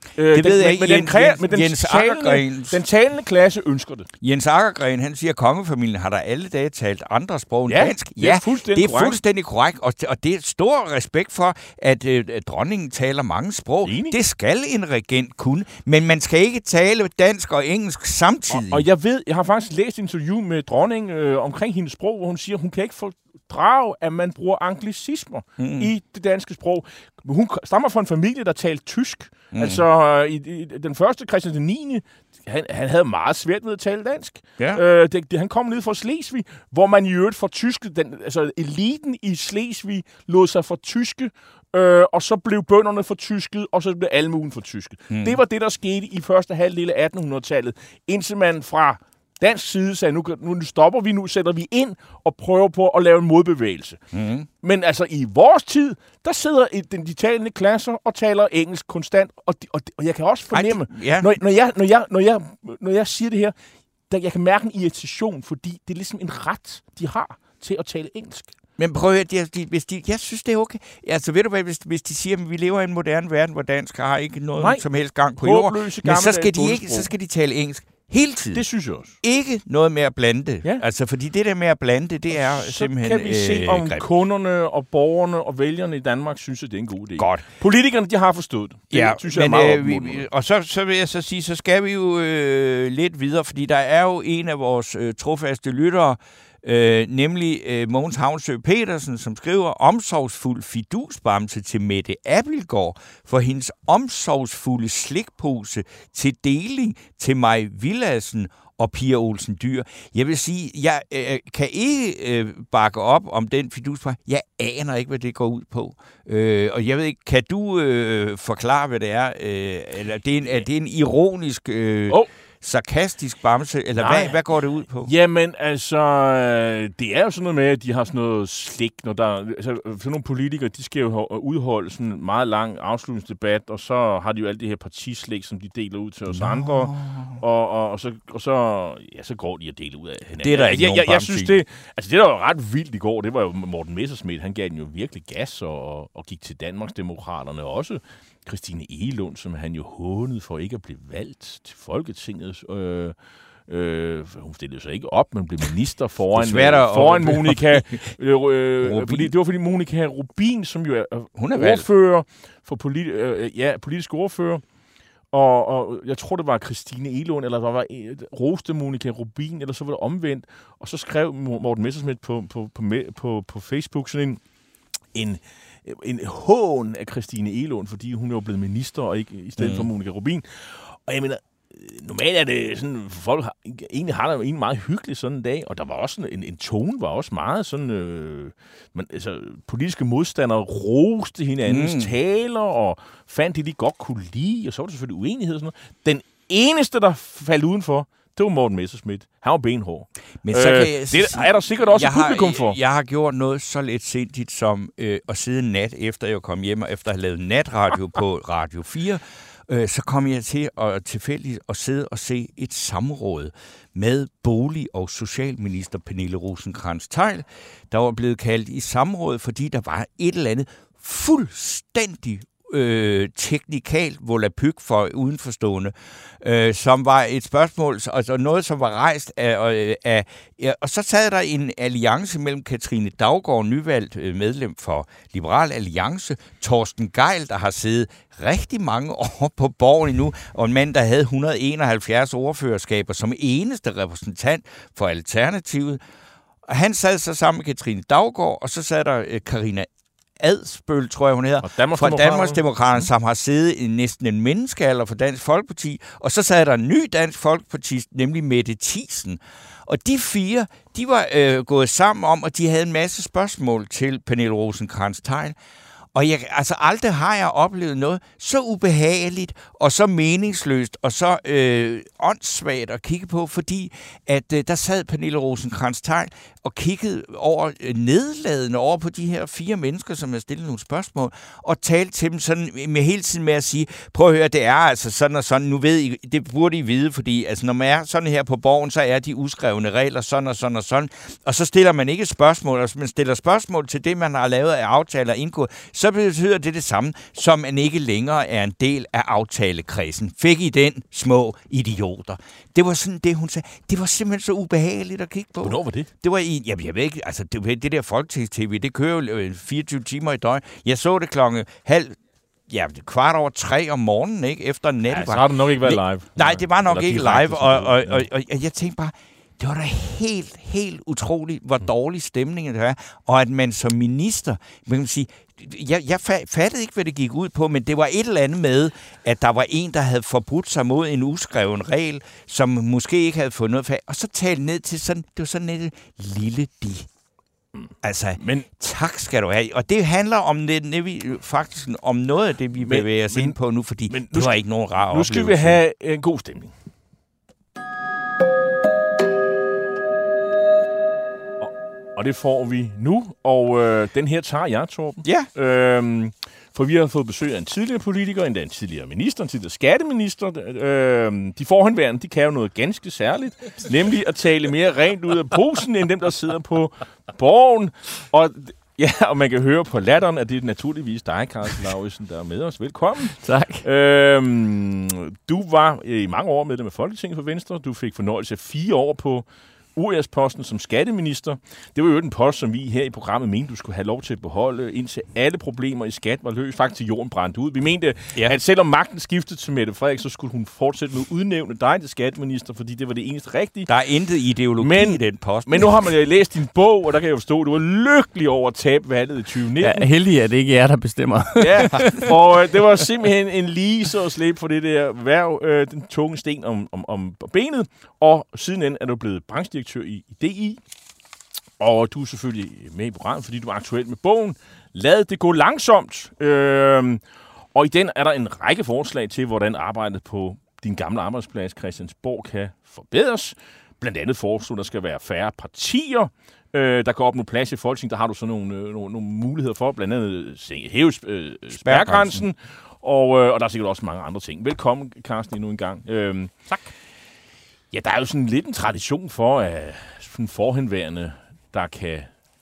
Øh, det den, ved jeg ikke. Men Jens, den, den, Jens talende, den talende klasse ønsker det. Jens Akkergren, han siger, at kongefamilien har der alle dage talt andre sprog end ja, dansk. Ja, det er fuldstændig det er fuldstændig korrekt. Og, og det er stor respekt for, at, øh, at dronningen taler mange sprog. Enig. Det skal en regent kunne, men man skal ikke tale dansk og engelsk samtidig. Og, og jeg ved, jeg har faktisk læst et interview med dronningen øh, omkring hendes sprog, hvor hun siger, at hun kan ikke få drage, at man bruger anglicismer mm. i det danske sprog. Hun stammer fra en familie, der talte tysk. Mm. Altså, i, i, den første Christian den niende Han, han havde meget svært ved at tale dansk. Ja. Øh, det, det, han kom ned fra Slesvig, hvor man i øvrigt for tyske, den, altså eliten i Slesvig lod sig for tyske, øh, og så blev bønderne for tysket, og så blev almuen for tysket. Mm. Det var det, der skete i første halvdel af attenhundredetallet, indtil man fra dansk side sagde, nu, nu stopper vi, nu sætter vi ind og prøver på at lave en modbevægelse. Mm. Men altså i vores tid, der sidder de talende klasser og taler engelsk konstant, og, de, og, de, og jeg kan også fornemme, Ej, ja. når, når, jeg, når, jeg, når, jeg, når jeg siger det her, der, jeg kan mærke en irritation, fordi det er ligesom en ret, de har til at tale engelsk. Men prøv at de, de, hvis de, jeg synes, det er okay. Altså, ved du hvad, hvis, hvis de siger, at vi lever i en moderne verden, hvor dansk har ikke noget Nej. som helst gang på jorden, men så skal, de ikke, så skal de tale engelsk hele tiden. Det synes jeg også. Ikke noget med at blande det. Ja. Altså, fordi det der med at blande det, det er så simpelthen... Så kan vi se, om øh, kunderne og borgerne og vælgerne i Danmark synes, at det er en god idé. Godt. Politikerne, de har forstået det. Det ja, synes jeg men, er meget øh, vi, Og så, så vil jeg så sige, så skal vi jo øh, lidt videre, fordi der er jo en af vores øh, trofaste lyttere, Øh, nemlig øh, Mogens Havnsø Petersen, som skriver omsorgsfuld fidusbamse til Mette Abildgaard for hendes omsorgsfulde slikpose til deling til Maj Villadsen og Pia Olsen Dyr. Jeg vil sige, jeg øh, kan ikke øh, bakke op om den fidusbamse. Jeg aner ikke, hvad det går ud på. Øh, og jeg ved ikke, kan du øh, forklare, hvad det er? Øh, eller det er, en, er det en ironisk... Øh, oh. sarkastisk bamse, eller hvad, hvad går det ud på? Jamen, altså, det er jo sådan noget med, at de har sådan noget slik, når der, altså, sådan nogle politikere, de skal jo udholde sådan en meget lang afslutningsdebat, og så har de jo alt det her partislik, som de deler ud til os Nå. andre, og, og, og, så, og så, ja, så går de og deler ud af hinanden. Det er der ikke jeg, nogen jeg, jeg synes, det, altså, det der var ret vildt i går, det var jo Morten Messerschmidt, han gav den jo virkelig gas, og, og gik til Danmarksdemokraterne også. Christine Egelund, som han jo hånede for ikke at blive valgt til Folketinget. Øh, øh, hun stillede sig ikke op, men blev minister foran, foran Monika. Øh, fordi, det var fordi Monika Rubin, som jo er, hun er ordfører for politi- øh, ja, politisk ordfører, og, og jeg tror, det var Christine Egelund, eller der var roste Monika Rubin, eller så var det omvendt. Og så skrev Morten Messerschmidt på, på, på, på, på Facebook sådan en... en en hån af Christine Egelund, fordi hun er jo blevet minister, og ikke i stedet mm. for Monika Rubin. Og jeg mener, normalt er det sådan, folk har, egentlig har der egentlig meget hyggeligt sådan en dag, og der var også en, en tone, var også meget sådan, øh, man, altså, politiske modstandere roste hinandens mm. taler, og fandt det, de godt kunne lide, og så var der selvfølgelig uenighed og sådan noget. Den eneste, der faldt udenfor, det var Morten Messerschmidt. Han var benhård. Men så kan jeg, øh, det er der sikkert også et publikum for. Jeg, jeg har gjort noget så letsindigt som øh, at sidde nat efter jeg kom hjem, og efter at have lavet natradio på Radio fire, øh, så kom jeg til at tilfældigt at sidde og se et samråd med bolig- og socialminister Pernille Rosenkrantz-Theil, der var blevet kaldt i samråd, fordi der var et eller andet fuldstændig Øh, teknikalt volapyk for udenforstående, øh, som var et spørgsmål, altså noget, som var rejst af, af, af og så sad der en alliance mellem Katrine Daugaard, nyvalgt medlem for Liberal Alliance, Torsten Gejl, der har siddet rigtig mange år på Borgen endnu, og en mand, der havde et hundrede og enoghalvfjerds ordførerskaber som eneste repræsentant for Alternativet. Og han sad så sammen med Katrine Daugaard, og så sad der øh, Karina Adsbøl, tror jeg, hun hedder, fra Danmarksdemokraterne, som har siddet i næsten en menneskealder for Dansk Folkeparti, og så sad der en ny Dansk Folkepartist, nemlig Mette Thiesen. Og de fire, de var øh, gået sammen om, og de havde en masse spørgsmål til Pernille Rosenkrantz-Theil. Og jeg, altså aldrig har jeg oplevet noget så ubehageligt og så meningsløst og så øh, åndssvagt at kigge på, fordi at øh, der sad Pernille Rosenkrantz-Theil og kiggede over, nedladende over på de her fire mennesker, som jeg stillede nogle spørgsmål, og talte til dem sådan med hele tiden med at sige, prøv at høre, det er altså sådan og sådan, nu ved I, det burde I vide, fordi altså, når man er sådan her på Borgen, så er de uskrevne regler sådan og sådan og sådan, og så stiller man ikke spørgsmål, og man stiller spørgsmål til det, man har lavet af aftaler indgået, så betyder det det samme, som man ikke længere er en del af aftalekredsen. Fik I den, små idioter? Det var sådan det, hun sagde. Det var simpelthen så ubehageligt at kigge på. Hvornår var det? Det var i, jamen jeg ved ikke, altså det, det der folketings-tv, det kører jo fireogtyve timer i døgn. Jeg så det klokken halv, ja, kvart over tre om morgenen, ikke? Efter en nettet. Ja, så har det nok ikke været live. Nej, det var nok Eller ikke live, og, og, og, og, og jeg tænkte bare, det var da helt, helt utroligt, hvor dårlig stemning det er, og at man som minister, man kan sige, jeg, jeg fattede ikke, hvad det gik ud på, men det var et eller andet med, at der var en, der havde forbrudt sig mod en uskreven regel, som måske ikke havde fået noget for, og så talte ned til sådan, det var sådan et lille de. Altså, men, tak skal du have. Og det handler om det, det, faktisk om noget af det, vi men, bevæger os men, ind på nu, fordi men, det var ikke nogen rar oplevelse. Nu skal vi have en god stemning. Og det får vi nu, og øh, den her tager jeg, Torben. Ja. Øhm, for vi har fået besøg af en tidligere politiker, endda en tidligere minister, en tidligere skatteminister. Øh, de forhenværende, de kan jo noget ganske særligt, nemlig at tale mere rent ud af posen, end dem, der sidder på Borgen. Og, ja, og man kan høre på latteren, at det er naturligvis dig, Carsten Lauritsen, der er med os. Velkommen. Tak. Øhm, du var i mange år medlem af Folketinget for Venstre. Du fik fornøjelse af fire år på U S-posten som skatteminister. Det var jo en post, som vi her i programmet mente, du skulle have lov til at beholde, indtil alle problemer i skat var løst. Faktisk til jorden brændte ud. Vi mente, ja. at selvom magten skiftede til Mette Frederiksen, så skulle hun fortsætte med at udnævne dig til skatteminister, fordi det var det eneste rigtige. Der er intet ideologi men, i den post. Men nu har man jo læst din bog, og der kan jeg jo forstå, at du var lykkelig over at tabe valget i tyve nitten. Ja, heldig, at det ikke er jer, der bestemmer. Ja, og øh, det var simpelthen en lige så at slippe for det der værv, øh, den tunge sten om, om, om benet, og sidenhen er du blevet branchedirektør i, i D I, og du er selvfølgelig med i programmet, fordi du er aktuel med bogen Lad det gå langsomt. Øhm, og i den er der en række forslag til, hvordan arbejdet på din gamle arbejdsplads Christiansborg kan forbedres. Blandt andet foreslår, der skal være færre partier, øh, der kan opnå plads i Folketinget. Der har du så nogle, øh, nogle, nogle muligheder for, blandt andet hæve øh, spærgrænsen, og, øh, og der er sikkert også mange andre ting. Velkommen, Carsten, endnu en gang. Øhm, tak. Ja, der er jo sådan lidt en tradition for, at sådan forhenværende, der kan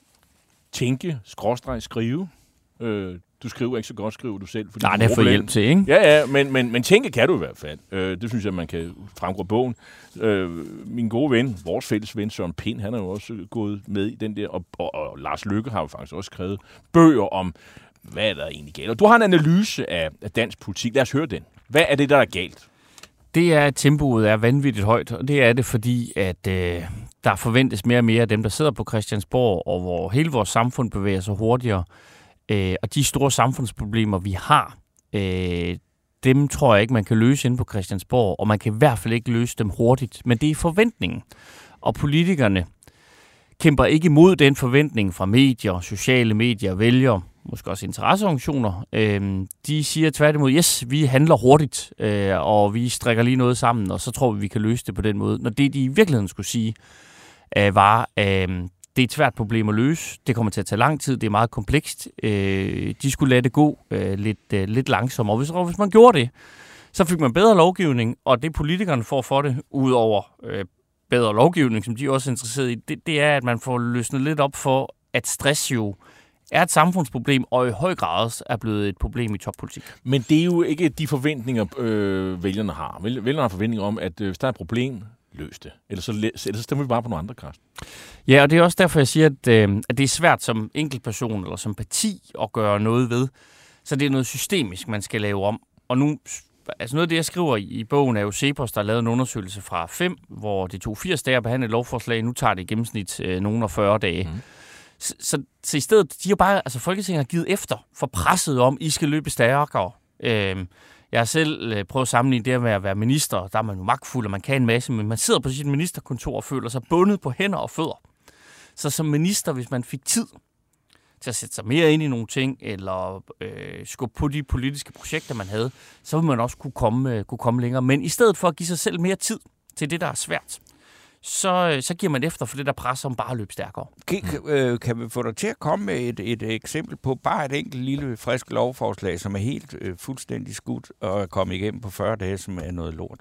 tænke, skråstreg, skrive. Øh, du skriver ikke så godt, skriver du selv. Fordi Nej, det er for hjælp til, ikke? Ja, ja, men, men, men tænke kan du i hvert fald. Øh, det synes jeg, man kan fremgå bogen. Øh, min gode ven, vores fælles ven, Søren Pind, han er jo også gået med i den der, og, og, og Lars Løkke har jo faktisk også skrevet bøger om, hvad der egentlig galt. Og du har en analyse af, af dansk politik. Lad os høre den. Hvad er det, der er galt? Det er, at tempoet er vanvittigt højt, og det er det, fordi at øh, der forventes mere og mere af dem, der sidder på Christiansborg, og hvor hele vores samfund bevæger sig hurtigere. Øh, og de store samfundsproblemer, vi har, øh, dem tror jeg ikke, man kan løse inde på Christiansborg, og man kan i hvert fald ikke løse dem hurtigt. Men det er forventningen. Og politikerne kæmper ikke imod den forventning fra medier, sociale medier, vælgere, måske også interesseorganisationer. Øh, de siger tværtimod, yes, vi handler hurtigt, øh, og vi strikker lige noget sammen, og så tror vi, vi kan løse det på den måde. Når det, de i virkeligheden skulle sige, øh, var, øh, det er et svært problem at løse, det kommer til at tage lang tid, det er meget komplekst. Øh, de skulle lade det gå øh, lidt, øh, lidt langsommere, og hvis, og hvis man gjorde det, så fik man bedre lovgivning, og det politikerne får for det, ud over øh, bedre lovgivning, som de også er interesseret i, det, det er, at man får løsnet lidt op for, at stress jo er et samfundsproblem, og i høj grad er blevet et problem i toppolitik. Men det er jo ikke de forventninger, øh, vælgerne har. Vælgerne har forventninger om, at øh, hvis der er et problem, løs det. Ellers så, ellers så stemmer vi bare på nogle andre, Carsten. Ja, og det er også derfor, jeg siger, at, øh, at det er svært som enkeltperson eller som parti at gøre noget ved. Så det er noget systemisk, man skal lave om. Og nu, altså noget af det, jeg skriver i, i bogen, er jo Cepos, der har lavet en undersøgelse fra fem, hvor det tog firs dage at behandle et lovforslag. Nu tager det i gennemsnit øh, nogen og fyrre dage. Mm. Så, så, så i stedet, de har bare, altså Folketinget har givet efter for presset om, I skal løbe stærkere. Øh, Jeg har selv øh, prøvet at sammenligne det med at være minister. Der er man jo magtfuld, og man kan en masse, men man sidder på sit ministerkontor og føler sig bundet på hænder og fødder. Så som minister, hvis man fik tid til at sætte sig mere ind i nogle ting, eller øh, skubbe på de politiske projekter, man havde, så ville man også kunne komme, øh, kunne komme længere. Men i stedet for at give sig selv mere tid til det, der er svært, så, så giver man efter for det der pres, som bare løber stærkere. Kan, øh, kan vi få dig til at komme med et, et eksempel på bare et enkelt lille frisk lovforslag, som er helt øh, fuldstændig skudt og er kommet igennem på fyrre dage, som er noget lort?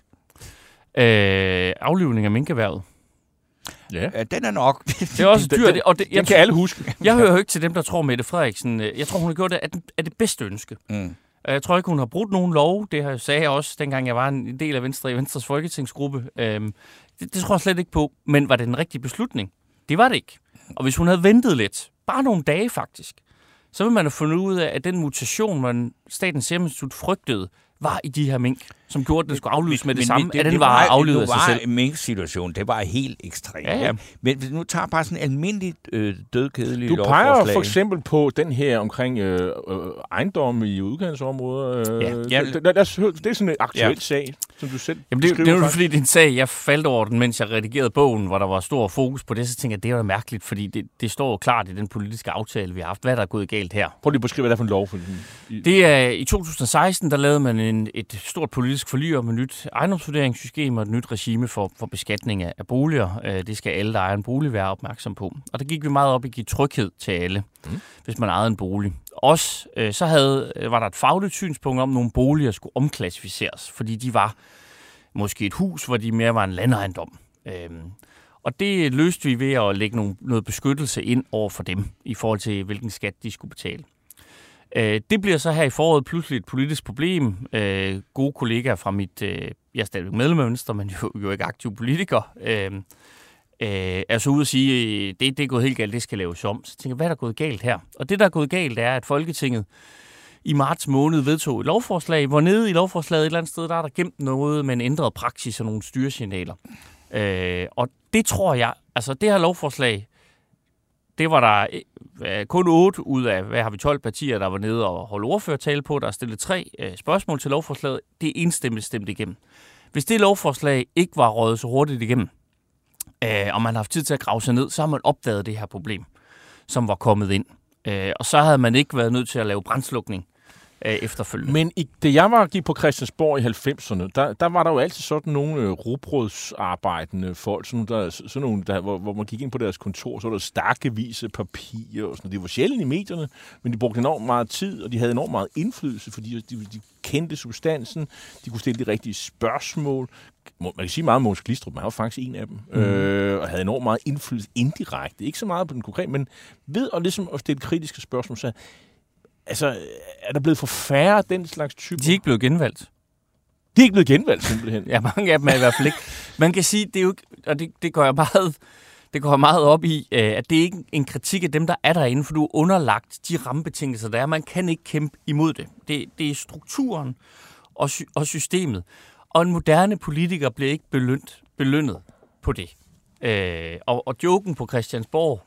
Øh, aflivning af minkerhvervet. Ja. ja, den er nok. Det er også dyrt. Den, og det, jeg den kan alle huske. Jeg hører jo ikke til dem, der tror Mette Frederiksen. Jeg tror, hun har gjort det af, af det bedste ønske. Mm. Jeg tror ikke, hun har brudt nogen lov. Det sagde jeg også, dengang jeg var en del af Venstre i Venstres folketingsgruppe. Øhm, det, det tror jeg slet ikke på. Men var det en rigtig beslutning? Det var det ikke. Og hvis hun havde ventet lidt, bare nogle dage faktisk, så ville man have fundet ud af, at den mutation, man Statens Serum Institut frygtede, var i de her mink, som gjorde, at den skulle aflives med det men, samme, det, at den det var, var aflivet af sig selv. Det var en mink-situation, det var helt ekstremt. Ja, ja. Men hvis nu tager bare sådan en almindelig øh, dødkedelig du lovforslag. Du peger for eksempel på den her omkring øh, øh, ejendomme i udkantsområder. Øh, ja. det, det, det, det er sådan en aktuel ja. sag, som du selv Jamen, det, det er jo fordi, det er en sag, jeg faldt over den, mens jeg redigerede bogen, hvor der var stor fokus på det, så tænkte jeg, det er jo mærkeligt, fordi det, det står jo klart i den politiske aftale, vi har haft. Hvad der er gået galt her? Prøv lige at beskrive, hvad det er for en lov. For den. Det er i to tusind og seksten, der lavede man en, et stort politisk forlig om et nyt ejendomsvurderingssystem og et nyt regime for, for beskatning af, af boliger. Det skal alle, der ejer en bolig, være opmærksom på. Og der gik vi meget op i at give tryghed til alle, mm. hvis man ejede en bolig. Også så havde, var der et fagligt synspunkt om, at nogle boliger skulle omklassificeres, fordi de var måske et hus, hvor de mere var en landejendom. Øhm, og det løste vi ved at lægge nogle, noget beskyttelse ind over for dem, i forhold til, hvilken skat de skulle betale. Øh, det bliver så her i foråret pludselig et politisk problem. Øh, gode kollegaer fra mit, øh, jeg er stadigvæk medlem af Venstre, men jo, jo ikke aktiv politiker, øh, øh, er så ude at sige, at det, det er gået helt galt, det skal laves om. Så tænker jeg, hvad er der gået galt her? Og det, der er gået galt, er, at Folketinget i marts måned vedtog et lovforslag, hvor nede i lovforslaget et eller andet sted, der er der gemt noget med en ændret praksis og nogle styresignaler. Øh, og det tror jeg, altså det her lovforslag, det var der øh, kun otte ud af, hvad har vi, tolv partier, der var nede og holde ordførertale på. Der er stillet tre øh, spørgsmål til lovforslaget. Det er enstemmigt stemt igennem. Hvis det lovforslag ikke var røget så hurtigt igennem, øh, og man har haft tid til at grave sig ned, så har man opdaget det her problem, som var kommet ind. Øh, og så havde man ikke været nødt til at lave brandslukning øh, efterfølgende. Men i, da jeg var gik på Christiansborg i halvfemserne, der, der var der jo altid sådan nogle øh, rugbrødsarbejdende folk, sådan nogle, der, sådan nogle der, hvor, hvor man gik ind på deres kontor, så var der stakkevis af papir og sådan noget. De var sjældent i medierne, men de brugte enormt meget tid, og de havde enormt meget indflydelse, fordi de, de kendte substansen, de kunne stille de rigtige spørgsmål. Man kan sige meget om Mogens Glistrup, man var faktisk en af dem, mm. øh, og havde enormt meget indflydelse indirekte. Ikke så meget på den konkrete, men ved at, ligesom at stille kritiske spørgsmål, så altså, er der blevet for færre den slags typer? De er ikke blevet genvalgt. De er ikke blevet genvalgt, simpelthen. Ja, mange af dem er i hvert fald ikke. Man kan sige, det er jo ikke, og det, det går jeg meget, det går jeg meget op i, at det er ikke en kritik af dem, der er derinde, for du er underlagt de rammebetingelser, der er. Man kan ikke kæmpe imod det. Det, det er strukturen og, og systemet. Og en moderne politiker bliver ikke belønt, belønnet på det. Øh, og, og joken på Christiansborg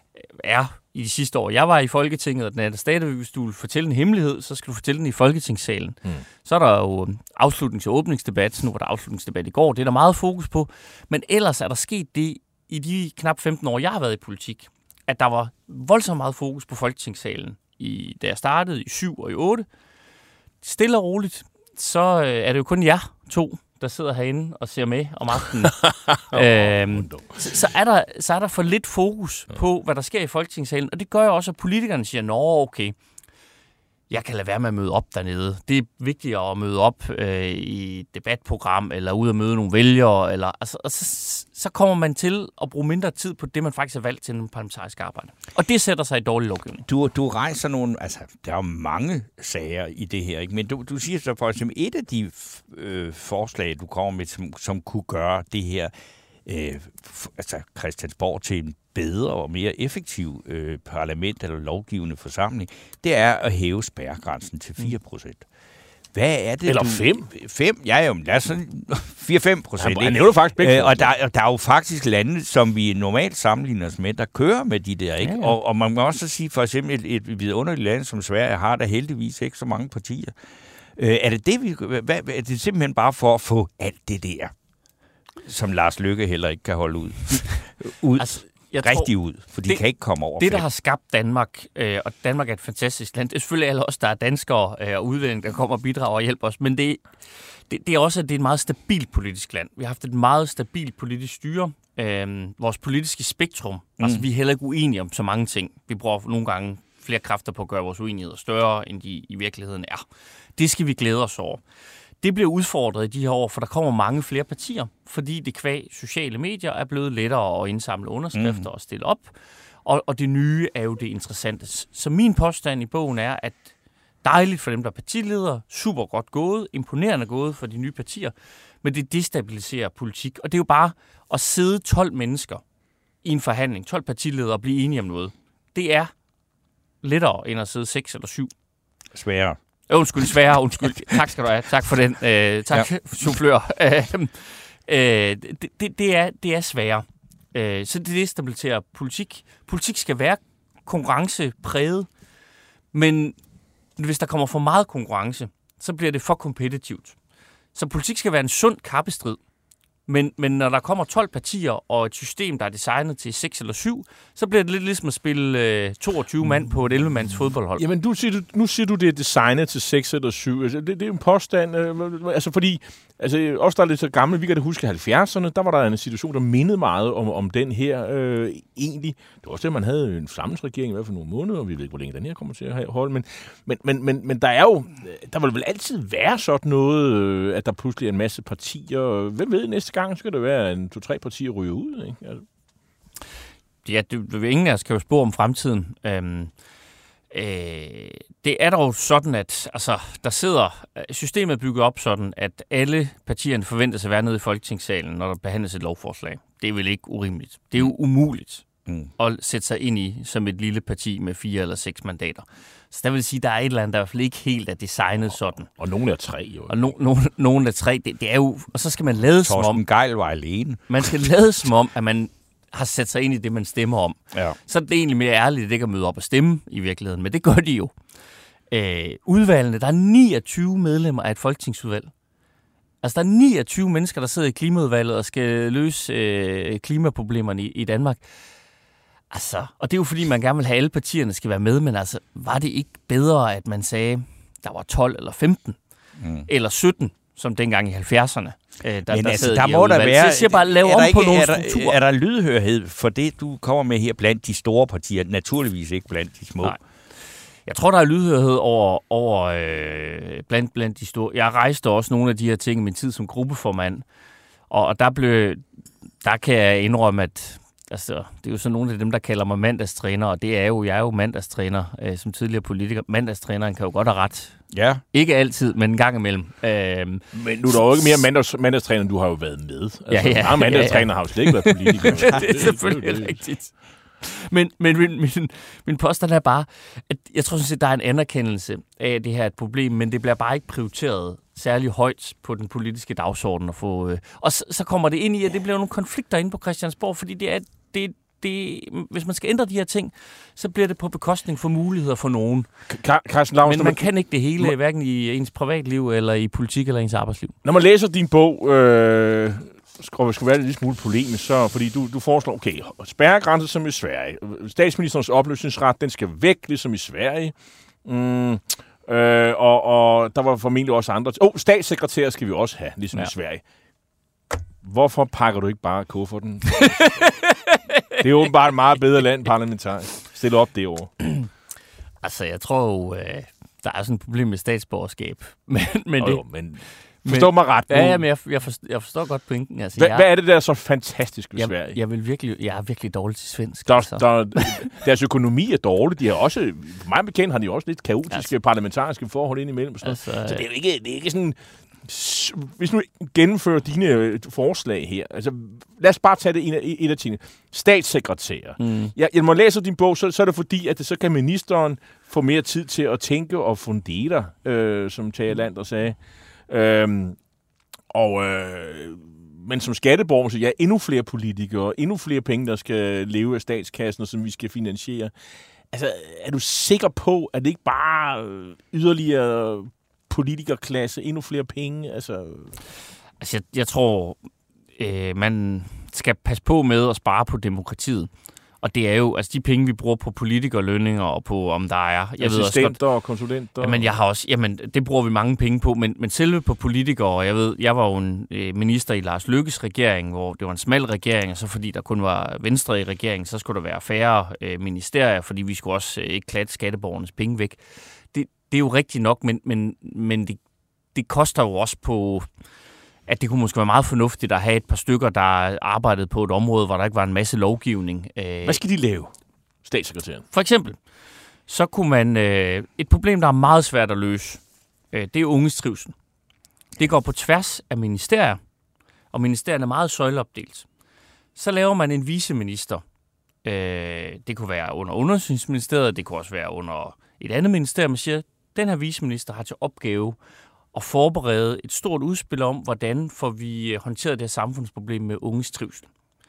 er i de sidste år. Jeg var i Folketinget, og den er der stadigvæk, hvis du vil fortælle en hemmelighed, så skal du fortælle den i Folketingssalen. Mm. Så er der jo afslutnings- og åbningsdebat. Nu var der afslutningsdebat i går. Det er der meget fokus på. Men ellers er der sket det i de knap femten år, jeg har været i politik, at der var voldsomt meget fokus på Folketingssalen, i, da jeg startede i syv og i otte. Stille og roligt, så er det jo kun jer to, der sidder herinde og ser med om aftenen. øhm, så, så, er der, så er der for lidt fokus på, hvad der sker i Folketingssalen. Og det gør jo også, at politikerne siger, nå okay, jeg kan lade være med at møde op dernede. Det er vigtigere at møde op øh, i et debatprogram, eller ud og møde nogle vælgere. Eller, altså, og så, så kommer man til at bruge mindre tid på det, man faktisk er valgt til en parlamentarisk arbejde. Og det sætter sig i dårlig lovgivning. Du, du rejser nogle, altså der er jo mange sager i det her, ikke? Men du, du siger så for eksempel, et af de øh, forslag, du kommer med, som, som kunne gøre det her, øh, altså Christiansborg til en bedre og mere effektiv øh, parlament eller lovgivende forsamling, det er at hæve spærregrænsen til fire procent. Hvad er det? Eller du, fem? Fem? Ja, jo, lad os sådan fire til fem procent. Ja, jeg nævner faktisk begge. Øh, og der, der er jo faktisk lande, som vi normalt sammenligner os med, der kører med de der, ikke? Ja, ja. Og, og man må også sige, for eksempel et, et vidunderligt land som Sverige har der heldigvis ikke så mange partier. Øh, er det det, vi... Hvad, er det simpelthen bare for at få alt det der, som Lars Løkke heller ikke kan holde ud? ud? Altså, jeg rigtig tror, ud, for de det, kan ikke komme over Det, fem. der har skabt Danmark, øh, og Danmark er et fantastisk land, det er selvfølgelig alle os, der er danskere øh, og udlændinge, der kommer og bidrager og hjælper os, men det, det, det er også, at det er et meget stabilt politisk land. Vi har haft et meget stabilt politisk styre. Øh, vores politiske spektrum, mm. altså vi er heller ikke uenige om så mange ting. Vi bruger nogle gange flere kræfter på at gøre vores uenigheder større, end de i virkeligheden er. Det skal vi glæde os over. Det bliver udfordret i de her år, for der kommer mange flere partier, fordi det kvæg sociale medier er blevet lettere at indsamle underskrifter mm. og stille op. Og, og det nye er jo det interessante. Så min påstand i bogen er, at dejligt for dem, der er partiledere, super godt gået, imponerende gået for de nye partier, men det destabiliserer politik. Og det er jo bare at sidde tolv mennesker i en forhandling, tolv partiledere og blive enige om noget. Det er lettere end at sidde seks eller syv. Sværere. Undskyld, sværere, undskyld. Tak skal du have. Tak for den. Øh, tak, ja. Soufflør. Øh, øh, det, det, det, er, det er sværere. Øh, så det destabiliserer politik. Politik skal være konkurrencepræget, men hvis der kommer for meget konkurrence, så bliver det for kompetitivt. Så politik skal være en sund kappestrid. Men, men når der kommer tolv partier og et system, der er designet til seks eller syv, så bliver det lidt ligesom at spille øh, toogtyve mand på et elleve-mands fodboldhold. Jamen, du siger, nu siger du, det er designet til seks eller syv. Altså, det, det er en påstand. Øh, altså, fordi altså, os, der er lidt så gamle, vi kan det huske halvfjerdserne, der var der en situation, der mindede meget om, om den her øh, egentlig. Det var også det, man havde en samlingsregering i hvert fald nogle måneder, og vi ved ikke, hvor længe den her kommer til at holde. Men, men, men, men, men der er jo, der vil vel altid være sådan noget, øh, at der pludselig er en masse partier. Hvem ved, næste gang skal det være en to-tre partier ryger ud, ikke? Altså. Ja, det, det, ingen af os kan jo spå om fremtiden. Øhm, øh, det er dog sådan, at altså, der sidder systemet bygget op sådan, at alle partierne forventes at være nede i Folketingssalen, når der behandles et lovforslag. Det er vel ikke urimeligt. Det er jo umuligt mm. at sætte sig ind i som et lille parti med fire eller seks mandater. Så der vil sige, at der er et eller andet, der i hvert fald ikke helt er designet sådan. Og nogle er tre, jo. Og no, no, nogle er tre, det, det er jo... Og så skal man lade som om... Torsten Gejl var alene. Man skal lade som om, at man har sat sig ind i det, man stemmer om. Ja. Så er det egentlig mere ærligt, at det ikke at møde op og stemme i virkeligheden. Men det gør de jo. Øh, udvalgene, der er niogtyve medlemmer af et folketingsudvalg. Altså, der er niogtyve mennesker, der sidder i klimaudvalget og skal løse øh, klimaproblemerne i, i Danmark. Altså, og det er jo fordi, man gerne vil have, alle partierne skal være med, men altså, var det ikke bedre, at man sagde, der var tolv eller femten, mm. eller sytten, som dengang i halvfjerdserne? Øh, der, men der altså, der må der være... Så jeg siger bare, lave om ikke, på nogle er der, strukturer. Er der lydhørhed for det, du kommer med her blandt de store partier? Naturligvis ikke blandt de små. Nej. Jeg tror, der er lydhørhed over, over øh, blandt, blandt de store. Jeg rejste også nogle af de her ting i min tid som gruppeformand, og, og der blev, der kan jeg indrømme, at altså, det er jo så nogle af dem, der kalder mig mandagstræner, og det er jo, jeg er jo mandagstræner øh, som tidligere politiker. Mandagstræneren kan jo godt have ret. Ja. Ikke altid, men en gang imellem. Øhm, men nu er der jo ikke mere mandags, mandagstræner, du har jo været med. Altså, ja, ja, mange mandagstræner ja, ja. har jo slet ikke været politikere. Det er selvfølgelig det, rigtigt. Men, men min, min, min påstand er bare, at jeg tror sådan set, der er en anerkendelse af, at det her er et problem, men det bliver bare ikke prioriteret særlig højt på den politiske dagsorden. At få, øh, og så, så kommer det ind i, at det bliver nogle konflikter inde på Christiansborg, fordi det er, det, det, hvis man skal ændre de her ting, så bliver det på bekostning for muligheder for nogen. Carsten Laursen, men man kan ikke det hele, hverken i ens privatliv, eller i politik, eller ens arbejdsliv. Når man læser din bog... Øh skal vi være lidt smule polemisk, så, fordi du, du foreslår, okay, spærregrænser som i Sverige. Statsministerens opløsningsret, den skal væk, ligesom i Sverige. Mm, øh, og, og der var formentlig også andre... Åh, oh, statssekretærer skal vi også have, ligesom ja. i Sverige. Hvorfor pakker du ikke bare kufferten? Det er jo bare et meget bedre land parlamentarisk. Stil op det over. Altså, jeg tror jo, øh, der er sådan et problem med statsborgerskab. Men, men oh, det... Jo, men forstår mig ret nu. Ja, men jeg, jeg, forstår, jeg forstår godt pointen. Altså, Hva, jeg, hvad er det, der er så fantastisk ved jeg, Sverige? Jeg, vil virkelig, jeg er virkelig dårlig til svensk. Der, altså. der, deres økonomi er dårlig. De har også, for mig bekendt, har de også lidt kaotiske altså, parlamentariske forhold indimellem. Altså, så det er jo ikke, det er ikke sådan... Hvis nu gennemfører dine forslag her, altså lad os bare tage det en af, et af tingene. Statssekretærer. Mm. Jeg, jeg må læse din bog, så, så er det fordi, at det, så kan ministeren få mere tid til at tænke og fundere, øh, som Tage Erlander sagde. Øhm, og, øh, men som skatteborger, så ja, endnu flere politikere, endnu flere penge, der skal leve af statskassen, og som vi skal finansiere. Altså, er du sikker på, at det ikke bare yderligere politikerklasse, endnu flere penge? Altså, altså jeg, jeg tror, øh, man skal passe på med at spare på demokratiet. Og det er jo, altså de penge, vi bruger på politikerlønninger og på, om der er... Jeg assistenter ved også godt, og konsulenter. Jamen, jeg har også, jamen, det bruger vi mange penge på, men, men selve på politikere, jeg ved, jeg var jo en øh, minister i Lars Løkkes regering, hvor det var en smal regering, og så fordi der kun var Venstre i regeringen, så skulle der være færre øh, ministerier, fordi vi skulle også øh, ikke klatte skatteborgernes penge væk. Det, det er jo rigtigt nok, men, men, men det, det koster jo også på... at det kunne måske være meget fornuftigt at have et par stykker, der arbejdede på et område, hvor der ikke var en masse lovgivning. Hvad skal de lave, statssekretæren? For eksempel, så kunne man... Øh, et problem, der er meget svært at løse, øh, det er unges trivsel. Det går på tværs af ministerier, og ministerierne er meget søjleopdelt. Så laver man en viceminister. Øh, det kunne være under Undervisningsministeriet, det kunne også være under et andet ministerium, man siger, den her viceminister har til opgave og forberede et stort udspil om, hvordan får vi håndteret det her samfundsproblem med unges trivsel.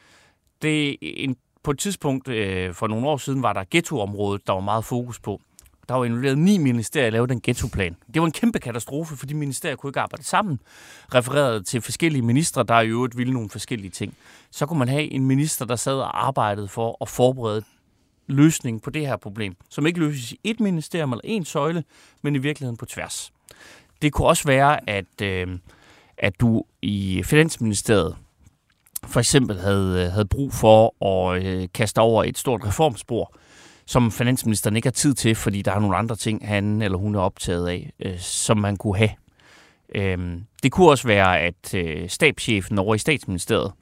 Det er en, på et tidspunkt øh, for nogle år siden var der ghettoområdet, der var meget fokus på. Der var involveret ni ministerier at lave den ghettoplan. Det var en kæmpe katastrofe, fordi ministerier kunne ikke arbejde sammen. Refereret til forskellige ministre, der i øvrigt ville nogle forskellige ting. Så kunne man have en minister, der sad og arbejdede for at forberede løsningen på det her problem, som ikke løses i et ministerium eller en søjle, men i virkeligheden på tværs. Det kunne også være, at, øh, at du i Finansministeriet for eksempel havde, havde brug for at øh, kaste over et stort reformspor, som finansministeren ikke har tid til, fordi der er nogle andre ting, han eller hun er optaget af, øh, som man kunne have. Øh, det kunne også være, at øh, stabschefen over i Statsministeriet,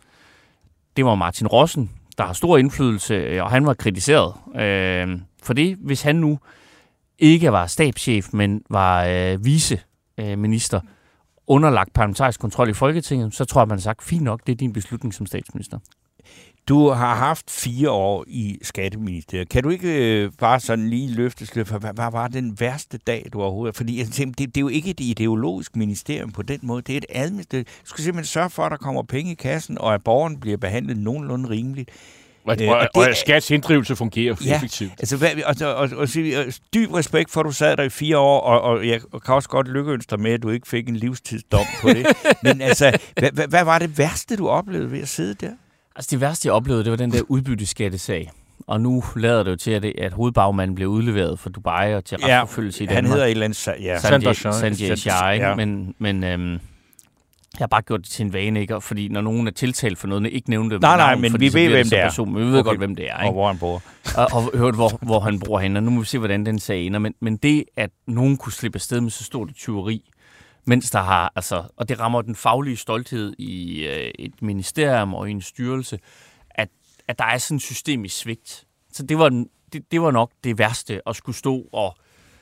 det var Martin Rossen, der har stor indflydelse, og han var kritiseret øh, for det, hvis han nu ikke var stabschef, men var øh, vice minister, underlagt parlamentarisk kontrol i Folketinget, så tror jeg, man har sagt, fint nok, det er din beslutning som statsminister. Du har haft fire år i Skatteministeriet. Kan du ikke øh, bare sådan lige løfte sløf, hvad, hvad var den værste dag, du overhovedet... Fordi jeg tænker, det, det er jo ikke et ideologisk ministerium på den måde. Det er et administrativt... Du skal simpelthen sørge for, at der kommer penge i kassen, og at borgeren bliver behandlet nogenlunde rimeligt. Og, og, og, og at skats inddrivelse fungerer ja, effektivt. Altså, hvad, og, og, og, og, og dyb respekt for, at du sad der i fire år, og, og jeg kan også godt lykkeønske dig med, at du ikke fik en livstidsdom på det. Men altså, hvad, hvad, hvad var det værste, du oplevede ved at sidde der? Altså, det værste, jeg oplevede, det var den der udbytteskattesag. Og nu lader det jo til, at, det, at hovedbagmanden blev udleveret for Dubai og til retsforfølgelse ja, i Danmark. Han hedder et eller andet... Ja. Sanjay Shah, ja. Men... men øhm, jeg har bare gjort det til en vane, ikke? Fordi når nogen er tiltalt for noget, ikke nævne det. Nej, nej, men vi ved, hvem det er. Person, men vi ved okay. godt, hvem det er. Ikke? Og hvor han bor. og, og hørt, hvor, hvor han bor henne. Og nu må vi se, hvordan den sag ender. Men, men det, at nogen kunne slippe afsted med så stort et tyveri, mens der har, altså, og det rammer den faglige stolthed i øh, et ministerium og i en styrelse, at, at der er sådan en systemisk svigt. Så det var, det, det var nok det værste, at skulle stå og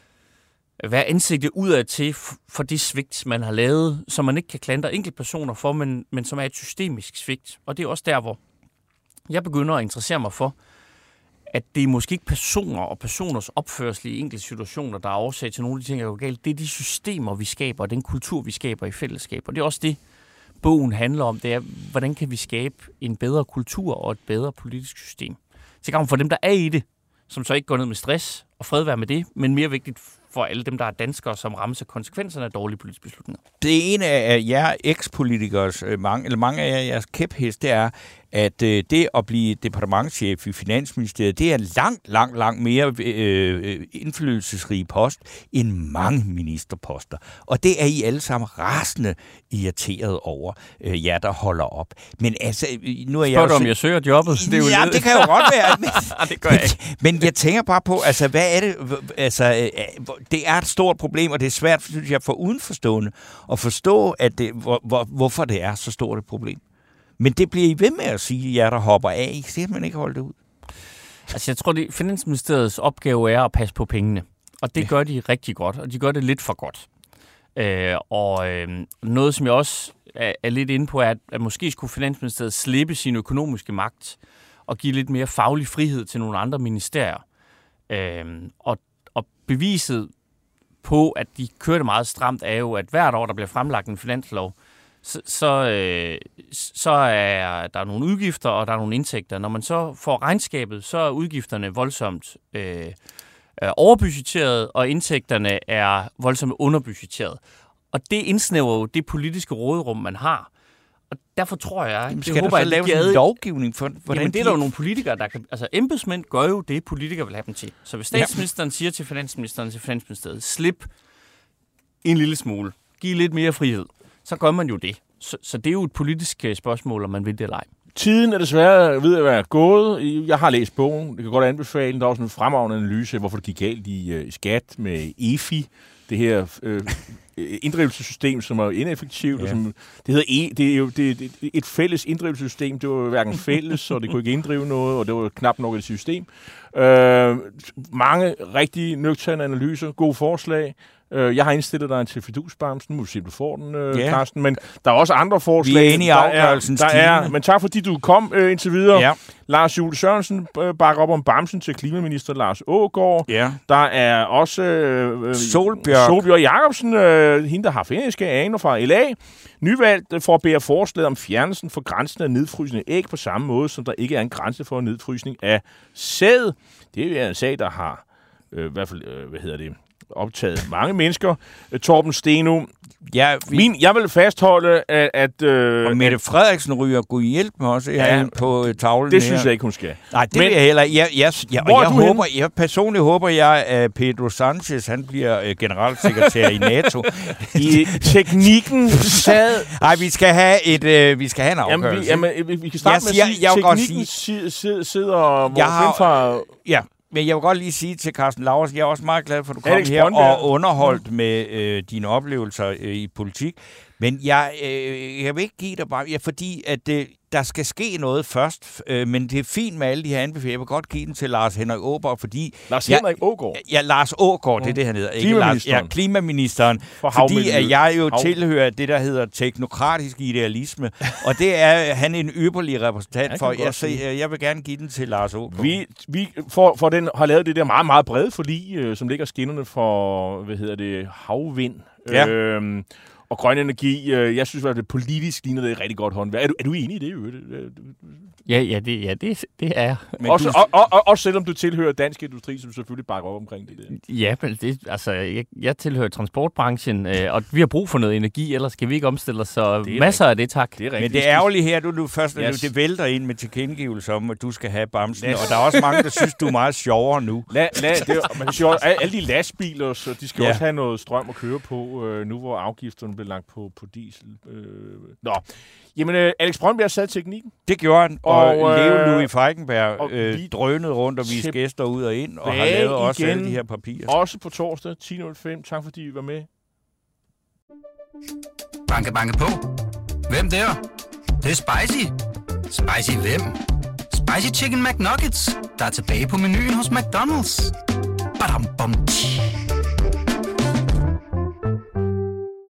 være ansigtet udad til for det svigt, man har lavet, som man ikke kan klandre enkeltpersoner for, men, men som er et systemisk svigt. Og det er også der, hvor jeg begynder at interessere mig for, at det er måske ikke personer og personers opførsel i enkelte situationer, der er årsag til nogle af de ting, der går galt. Det er de systemer, vi skaber, og den kultur, vi skaber i fællesskab. Og det er også det, bogen handler om. Det er, hvordan kan vi skabe en bedre kultur og et bedre politisk system. Til gavn for dem, der er i det, som så ikke går ned med stress og fred være med det, men mere vigtigt for alle dem, der er danskere, som rammes af konsekvenserne af dårlige politiske beslutninger. Det er en af jer ekspolitikers mange, eller mange af jeres kæphest, det er, at øh, det at blive departementschef i Finansministeriet, det er en langt, langt, langt mere øh, indflydelsesrig post end mange ministerposter. Og det er I alle sammen rasende irriteret over, øh, jer der holder op. Men altså, nu er jeg... Spørger du, om jeg søger jobbet? Det er jo ja, det kan jo godt være. Men, det gør jeg ikke. Men jeg tænker bare på, altså, hvad er det... Altså, det er et stort problem, og det er svært, synes jeg, for udenforstående at forstå, at det, hvor, hvor, hvorfor det er så stort et problem. Men det bliver I ved med at sige, jer der hopper af. I kan simpelthen ikke holde det ud. Altså, jeg tror, at Finansministeriets opgave er at passe på pengene. Og det ja. gør de rigtig godt, og de gør det lidt for godt. Øh, og øh, noget, som jeg også er, er lidt inde på, er, at, at måske skulle Finansministeriet slippe sin økonomiske magt og give lidt mere faglig frihed til nogle andre ministerier. Øh, og, og beviset på, at de kører det meget stramt, er jo, at hvert år, der bliver fremlagt en finanslov, så, så, øh, så er der nogle udgifter, og der er nogle indtægter. Når man så får regnskabet, så er udgifterne voldsomt øh, overbudgetteret, og indtægterne er voldsomt underbudgetteret. Og det indsnæver jo det politiske råderum, man har. Og derfor tror jeg, Jamen, det skal håber der så jeg, lave en lovgivning for, hvordan Jamen, det er de... der jo nogle politikere, der kan... Altså, embedsmænd gør jo det, politikere vil have dem til. Så hvis statsministeren ja. siger til finansministeren til Finansministeriet, slip en lille smule, giv lidt mere frihed, så gør man jo det. Så, så det er jo et politisk spørgsmål, om man vil det eller ej. Tiden er desværre ved at være gået. Jeg har læst bogen. Det kan godt anbefale. Der er også en fremragende analyse af, hvorfor det gik galt i, i skat med E F I. Det her øh, inddrivelsessystem, som er ineffektivt. Ja. Og som, det, hedder e, det er jo det, det, et fælles inddrivelsessystem. Det var jo hverken fælles, og det kunne ikke inddrive noget, og det var knap nok et system. Øh, mange rigtig nøgterne analyser, gode forslag. Jeg har indstillet dig til fidusbamsen. Nu må du se, du får den, øh, ja. Karsten. Men der er også andre forslag. Vi er enige i afgørelsens der er, der er, Men tak fordi du kom øh, indtil videre. Ja. Lars Juhl Sørensen øh, bakker op om bamsen til klimaminister Lars Aagaard. Ja. Der er også øh, Solbjørg. Solbjørg Jacobsen, øh, hende der har finske aner fra L A. Nyvalgt for at bære forslaget om fjernelsen for grænsen af nedfrysende æg på samme måde, som der ikke er en grænse for nedfrysning af sæd. Det er en sag, der har øh, i hvert fald, øh, hvad hedder det, optaget mange mennesker. Torben Steno, ja, vi... Min, jeg vil fastholde, at... at øh, og Mette Frederiksen ryger god hjælp med os ja, på tavlen. Det synes jeg ikke, hun skal. Nej, det Men, vil jeg heller. Jeg, jeg, jeg, og jeg, håber, jeg personligt håber jeg, at Pedro Sanchez han bliver uh, generalsekretær i NATO. I teknikken sad... Nej, vi skal have et uh, vi skal have en afgørelse. Jamen, vi, jamen, vi kan starte jeg med siger, at sige, teknikken sige, sidder... Jeg har, fra... Ja. Men jeg vil godt lige sige til Carsten Laursen, jeg er også meget glad for, at du kom Alex her Brøndberg. Og underholdt med øh, dine oplevelser øh, i politik. Men jeg, øh, jeg vil ikke give dig bare... Ja, fordi at øh, der skal ske noget først, øh, men det er fint med alle de her anbefalinger. Jeg vil godt give den til Lars Henrik Aagaard, fordi... Lars jeg, Henrik Aagaard? Ja, Lars Aagaard, det er det, han hedder. Ikke Lars, ja, klimaministeren. For fordi at jeg jo Hav. tilhører det, der hedder teknokratisk idealisme, og det er han en ypperlig repræsentant for. Jeg, så, jeg vil gerne give den til Lars Aagaard. Vi, vi for, for den har lavet det der meget, meget brede forlig, øh, som ligger skinnerne for, hvad hedder det, havvind. Ja. Øhm, Og grøn energi, øh, jeg synes, at det politisk ligner det et rigtig godt håndværk. Er du, er du enig i det, Øvrigt? Ja, ja, det, ja det, det er jeg. Også, du... og, og, og, også selvom du tilhører Dansk Industri, som selvfølgelig bakker op omkring det der. Ja, men det, altså, jeg, jeg tilhører transportbranchen, øh, og vi har brug for noget energi, ellers skal vi ikke omstille os, så masser rigtigt. af det, tak. Det er men det er ærgerligt her, du, du først yes. det vælter ind med tilkendegivelser om, at du skal have bamsen, yes. og der er også mange, der synes, du er meget sjovere nu. La, la, det, man siger også, alle de lastbiler, så de skal ja. også have noget strøm at køre på, øh, nu hvor afgifterne bliver lagt på, på diesel. Øh. Nå, jamen øh, Alex Brøndberg sad teknikken. Det gjorde han, og, og Leo Louis Feigenberg øh, drønede rundt og viste gæster ud og ind, og har lavet også alle de her papirer. Også på torsdag ti nul fem. Tak fordi I var med. Banke, banke på. Hvem der? Det, det er spicy. Spicy hvem? Spicy Chicken McNuggets, der er tilbage på menuen hos McDonald's. Badum, bom, tji.